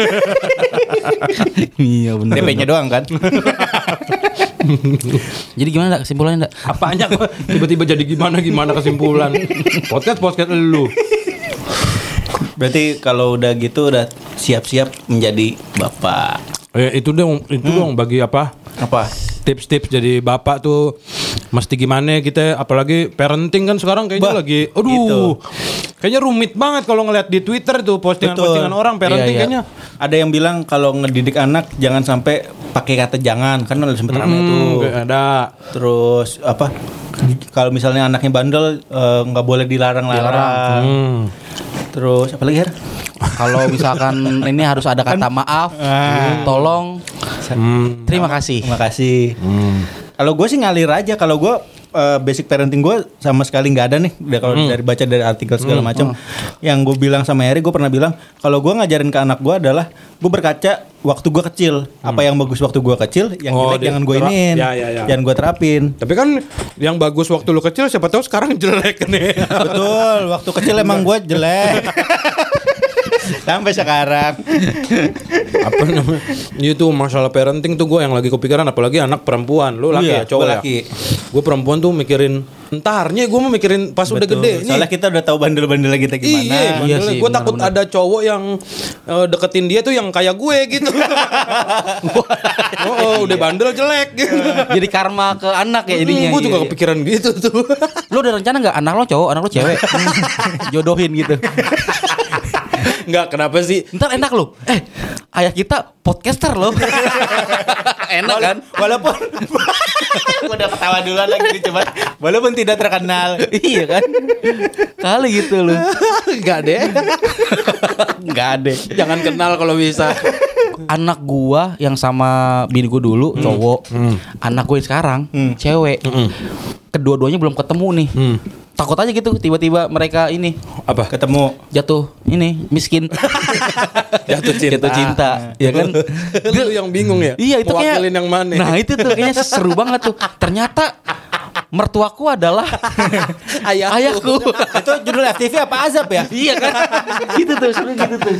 Iya benar. DP-nya doang kan. Jadi gimana, Dak? Kesimpulannya, Dak? Apanya kok tiba-tiba jadi gimana kesimpulan? Podcast lu. Berarti kalau udah gitu udah siap-siap menjadi bapak. Itu dong bagi apa? Apa? Tips-tips jadi bapak tuh mesti gimana kita, apalagi parenting kan sekarang kayaknya lagi gitu. Kayaknya rumit banget kalau ngeliat di Twitter tuh postingan orang parenting. Iya. Kayaknya Ada yang bilang kalau ngedidik anak jangan sampai pakai kata jangan, kan udah sempet rame tuh. ada Terus apa? Kalau misalnya anaknya bandel nggak boleh dilarang-larang. Terus apa lagi, Her? Kalau misalkan ini harus ada kata maaf, tolong, terima kasih. Terima kasih. Kalau gue sih ngalir aja. Kalau gue basic parenting gue sama sekali nggak ada nih. Kalau dari baca dari artikel segala macam. Yang gue bilang sama Eri, gue pernah bilang kalau gue ngajarin ke anak gue adalah gue berkaca waktu gue kecil. Apa yang bagus waktu gue kecil, yang jelek jangan gue iniin, jangan gue terapin. Tapi kan yang bagus waktu lu kecil siapa tahu sekarang jelek nih. Betul, waktu kecil emang gue jelek. Sampai sekarang. Apa namanya? Itu masalah parenting tuh gue yang lagi kepikiran, apalagi anak perempuan. Lu laki ya, cowok ya? Gue perempuan tuh mikirin entarnya gue mau mikirin pas udah gede. Soalnya kita udah tahu bandel-bandelnya kita gimana. Iya sih, gue takut benar-benar. ada cowok yang deketin dia tuh yang kayak gue gitu. Udah bandel jelek gitu. Jadi karma ke anak ya jadinya. Gue juga Iya. kepikiran gitu tuh. Lu ada rencana nggak anak lo cowok, anak lo cewek? Jodohin gitu. Enggak, kenapa sih? Ntar enak lo. Ayah kita podcaster loh. Enak kan? Walaupun udah ketawa duluan lagi coba. Walaupun tidak terkenal. Iya kan? Kali gitu loh. Enggak deh. Nggak ada. Jangan kenal kalau bisa. Anak gua yang sama bini gua dulu cowok. Anak gue sekarang cewek. Kedua-duanya belum ketemu nih. Takut aja gitu tiba-tiba mereka ini Apa? Ketemu. jatuh ini miskin. Jatuh cinta. Jatuh cinta, ya kan? Lu yang bingung ya? Iya itu kayak mewakilin yang mana? Nah itu tuh kayaknya seru banget tuh. Ternyata mertuaku adalah ayahku. Itu judul FTV apa Azab ya? Iya kan? Gitu tuh seru gitu tuh.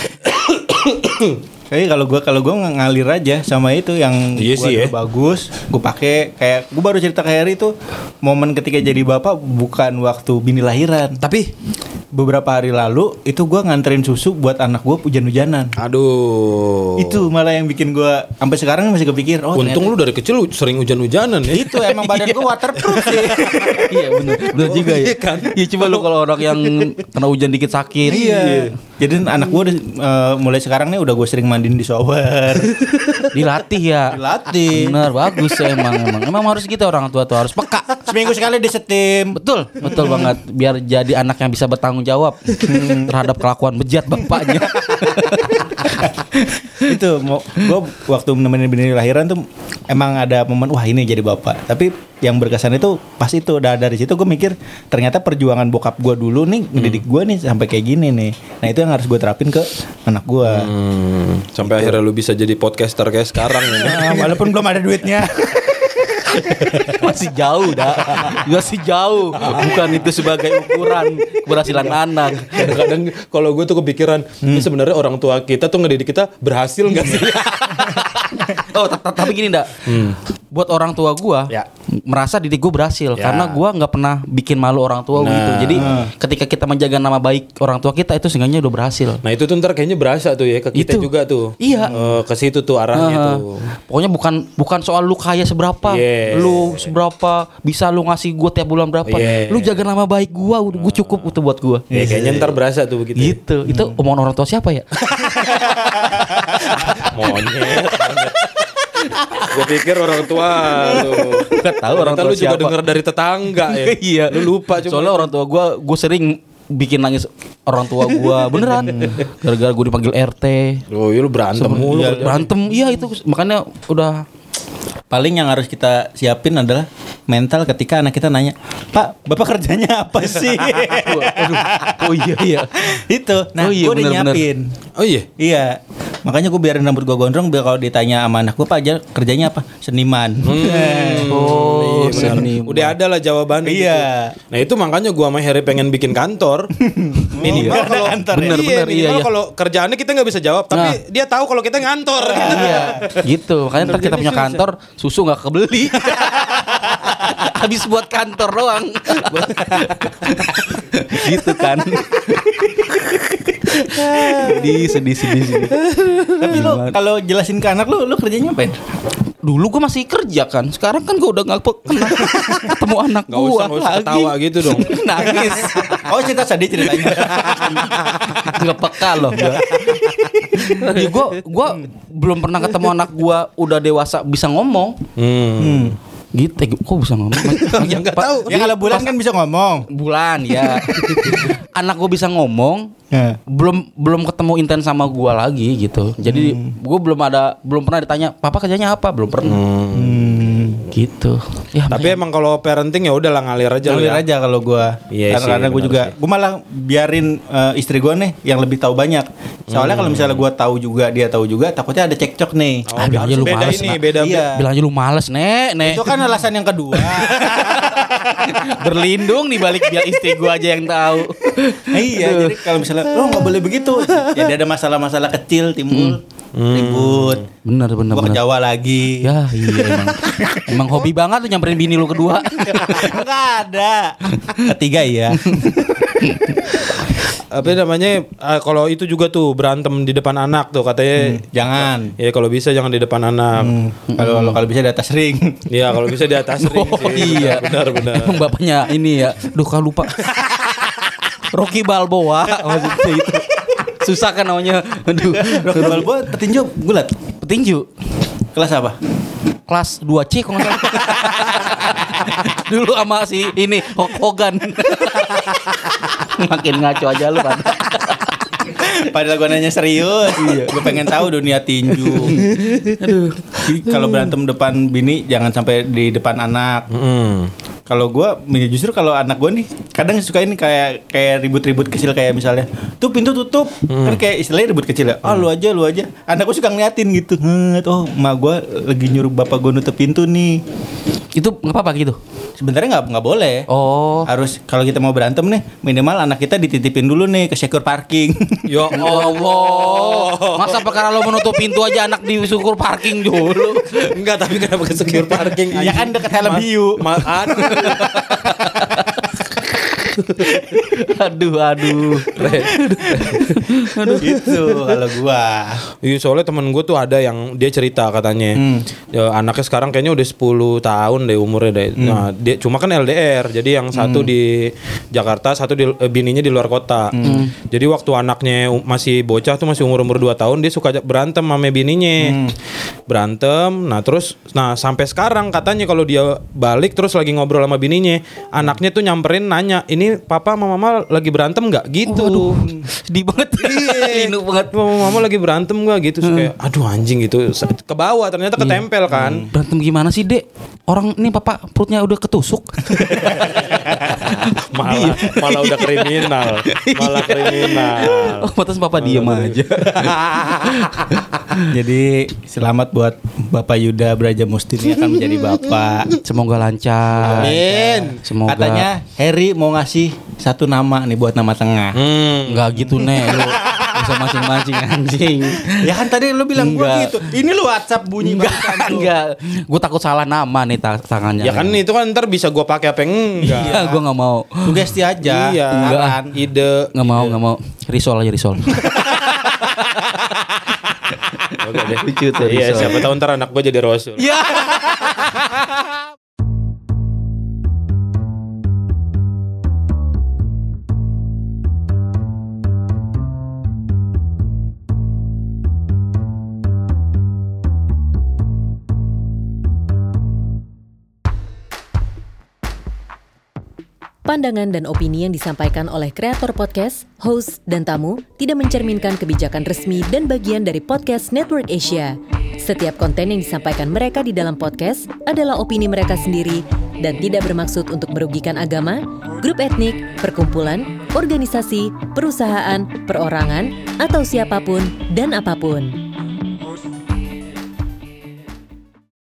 Kayak kalau gue ngalir aja sama itu yang Iya gua sih, dulu ya. bagus, gue pakai. Kayak gue baru cerita ke Harry itu momen ketika jadi bapak bukan waktu bini lahiran, tapi beberapa hari lalu itu gue nganterin susu buat anak gue hujan-hujanan. Aduh. Itu malah yang bikin gue sampai sekarang masih kepikir. Oh, Untung lu dari kecil lu sering hujan-hujanan ya. itu emang badan gue waterproof sih. Iya bener juga ya. Iya kan? Iya coba lu kalau orang yang kena hujan dikit sakit. Iya. Jadi anak gue mulai sekarang nih udah gue sering mandiin di shower. Dilatih ya. Dilatih. Bener bagus ya emang harus gitu orang tua tuh harus peka. Seminggu sekali disetim. Betul banget biar jadi anak yang bisa bertanggung jawab terhadap kelakuan bejat bapaknya. Itu gue waktu nemenin bini lahiran tuh emang ada momen wah ini jadi bapak. Tapi yang berkesan itu pas itu dari situ gue mikir ternyata perjuangan bokap gue dulu nih ngedidik gue nih sampai kayak gini nih. Nah itu yang harus gue terapin ke anak gue. Sampai akhirnya lu bisa jadi podcaster kayak sekarang ya. Walaupun belum ada duitnya. Masih jauh masih jauh. Bukan itu sebagai ukuran keberhasilan anak. Kadang-kadang kalau gue tuh kepikiran ini sebenarnya orang tua kita tuh ngedidik kita berhasil nggak sih? Oh tapi gini ndak. Buat orang tua gua merasa didik gua berhasil karena gua nggak pernah bikin malu orang tua gitu. Jadi ketika kita menjaga nama baik orang tua kita itu seenggaknya udah berhasil. Nah itu tuh ntar kayaknya berasa tuh ya ke kita Itu. juga tuh. Iya. Ke situ tuh arahnya tuh. Pokoknya bukan soal lu kaya seberapa, lu seberapa bisa lu ngasih gua tiap bulan berapa. Lu jaga nama baik gua cukup itu buat gua. Ya kayaknya ntar berasa tuh begitu. Gitu. Itu omongan orang tua siapa ya? Monyet. Gue pikir orang tua lu. Gak tahu orang Ternyata tua lu juga siapa. denger dari tetangga ya. Iya. Lu lupa cuma. Soalnya orang tua gue sering bikin nangis orang tua gue beneran gara-gara gue dipanggil RT. Oh iya lu berantem mulu. Berantem iya itu makanya udah Paling yang harus kita siapin adalah mental ketika anak kita nanya, Pak, Bapak kerjanya apa sih? oh iya. Itu. Nah, Oh iya, gue udah bener-bener. nyiapin. Oh iya. Iya. Makanya gue biarin rambut gue gondrong biar kalau ditanya sama anak gue, Pak, aja kerjanya apa? Seniman. Oh, Iya, benar. seniman. Udah ada lah jawabannya. Iya. Gitu. Nah itu makanya gua sama Harry pengen bikin kantor. Minimal Iya. kalau Kantor, ya? Bener, minimal iya. kalau kerjaannya kita nggak bisa jawab, tapi dia tahu kalau kita ngantor. Iya, gitu. Makanya ntar kita punya kantor, susu nggak kebeli. Habis buat kantor doang. Gitu kan. sedih. Tapi lo kalau jelasin ke anak lo kerjanya apa? Dulu gue masih kerja kan. Sekarang kan gue udah gak pernah ketemu anak Nggak gue usah ketawa gitu dong. Nangis. Oh, cerita sedih ceritanya. Gak peka loh. Ya, gue belum pernah ketemu anak gue udah dewasa bisa ngomong. Gitu, kok bisa ngomong? Ya nggak tahu. Ya kalau bulan kan bisa ngomong. Bulan ya. Anak gue bisa ngomong. Ya. Belum ketemu intens sama gue lagi gitu. Jadi gue belum pernah ditanya, "Papa kerjanya apa?" Belum pernah. Gitu. Ya, Tapi emang kalau parenting ya udahlah ngalir aja lu Ngalir ya. aja kalau gua. Iya sih, Karena gue benar juga sih. gue malah biarin istri gue nih yang lebih tahu banyak. Soalnya kalau misalnya gua tahu juga dia tahu juga, takutnya ada cekcok nih. Oh, bilang aja harus lu beda males, ini, Nak. beda. Iya. bilang aja lu males, Nek. Itu kan alasan yang kedua. Berlindung di balik biar istri gue aja yang tahu. Iya, jadi kalau misalnya lo nggak boleh begitu, jadi ada masalah-masalah kecil timbul, ribut. Bener. Gua ke Jawa lagi. Ya iya emang hobi banget tuh nyamperin bini lu kedua. Nggak ada. Ketiga iya. Apa namanya? Kalau itu juga tuh berantem di depan anak tuh katanya. Jangan. Ya kalau bisa jangan di depan anak. Kalau bisa di atas ring. Iya kalau bisa di atas ring Oh, sih. iya. Benar. Emang bapaknya ini ya. Duh kalau lupa. Rocky Balboa maksudnya itu. Susah kan namanya. Aduh. Rocky Balboa petinju gulat. Petinju. Kelas apa? Kelas 2C kalau nggak salah. Dulu sama si ini Hulk Hogan. Makin ngaco aja lu kan. Padahal gue nanya serius. Gue pengen tahu dunia tinju. Aduh. Jadi kalau berantem depan bini jangan sampai di depan anak. Kalau gue justru kalau anak gue nih kadang suka ini kayak ribut-ribut kecil kayak misalnya tuh pintu tutup kan kayak istilahnya ribut kecil ya. Lu aja. Anak gue suka ngeliatin gitu. Oh emak gue lagi nyuruh bapak gue nutup pintu nih. Itu nggak apa-apa gitu. Sebenarnya nggak boleh. Oh. Harus kalau kita mau berantem nih minimal anak kita dititipin dulu nih ke secure parking. Ya Allah. Masa perkara lo menutup pintu aja anak di syukur parking dulu. Enggak, tapi kenapa ke secure parking? Ya kan deket helm hiu. Aduh. Gitu kalau gua. Iya soalnya temen gue tuh ada yang dia cerita katanya ya, anaknya sekarang kayaknya udah 10 tahun deh umurnya deh. Nah dia cuma kan LDR, jadi yang satu di Jakarta, satu di bininya di luar kota. Jadi waktu anaknya masih bocah tuh masih umur 2 tahun dia suka berantem sama bininya. Berantem, nah sampai sekarang katanya kalau dia balik terus lagi ngobrol sama bininya, anaknya tuh nyamperin nanya, ini papa sama mama lagi berantem nggak gitu. Sedih banget. Lindu banget. Mama lagi berantem gak gitu. Terus kayak aduh anjing gitu. Ke bawah ternyata ketempel kan. Berantem gimana sih, Dek? Orang ini papa perutnya udah ketusuk. Malah udah kriminal. Malah kriminal. Oh, pantas papa diem aja. Jadi selamat buat Bapak Yuda Brajamusti ini akan menjadi bapak. Semoga lancar. Amin. Semoga. Katanya Harry mau ngasih satu nama nih buat nama tengah. Enggak gitu, Nek. Lu bisa mancing-mancing anjing. Ya kan tadi lu bilang gua Enggak. gitu. Ini lu WhatsApp bunyi Enggak. Gue takut salah nama nih tangannya. Ya kan itu kan ntar bisa gue pakai apa enggak. Iya, gue nggak mau. Sugesti aja. Iya. Saran. Ide. Nggak mau. Risol aja risol. Oke deh. Lucu tuh, Iya, Risol. siapa tahu ntar anak gue jadi Rasul. Ya. Pandangan dan opini yang disampaikan oleh kreator podcast, host, dan tamu tidak mencerminkan kebijakan resmi dan bagian dari Podcast Network Asia. Setiap konten yang disampaikan mereka di dalam podcast adalah opini mereka sendiri dan tidak bermaksud untuk merugikan agama, grup etnik, perkumpulan, organisasi, perusahaan, perorangan, atau siapapun dan apapun.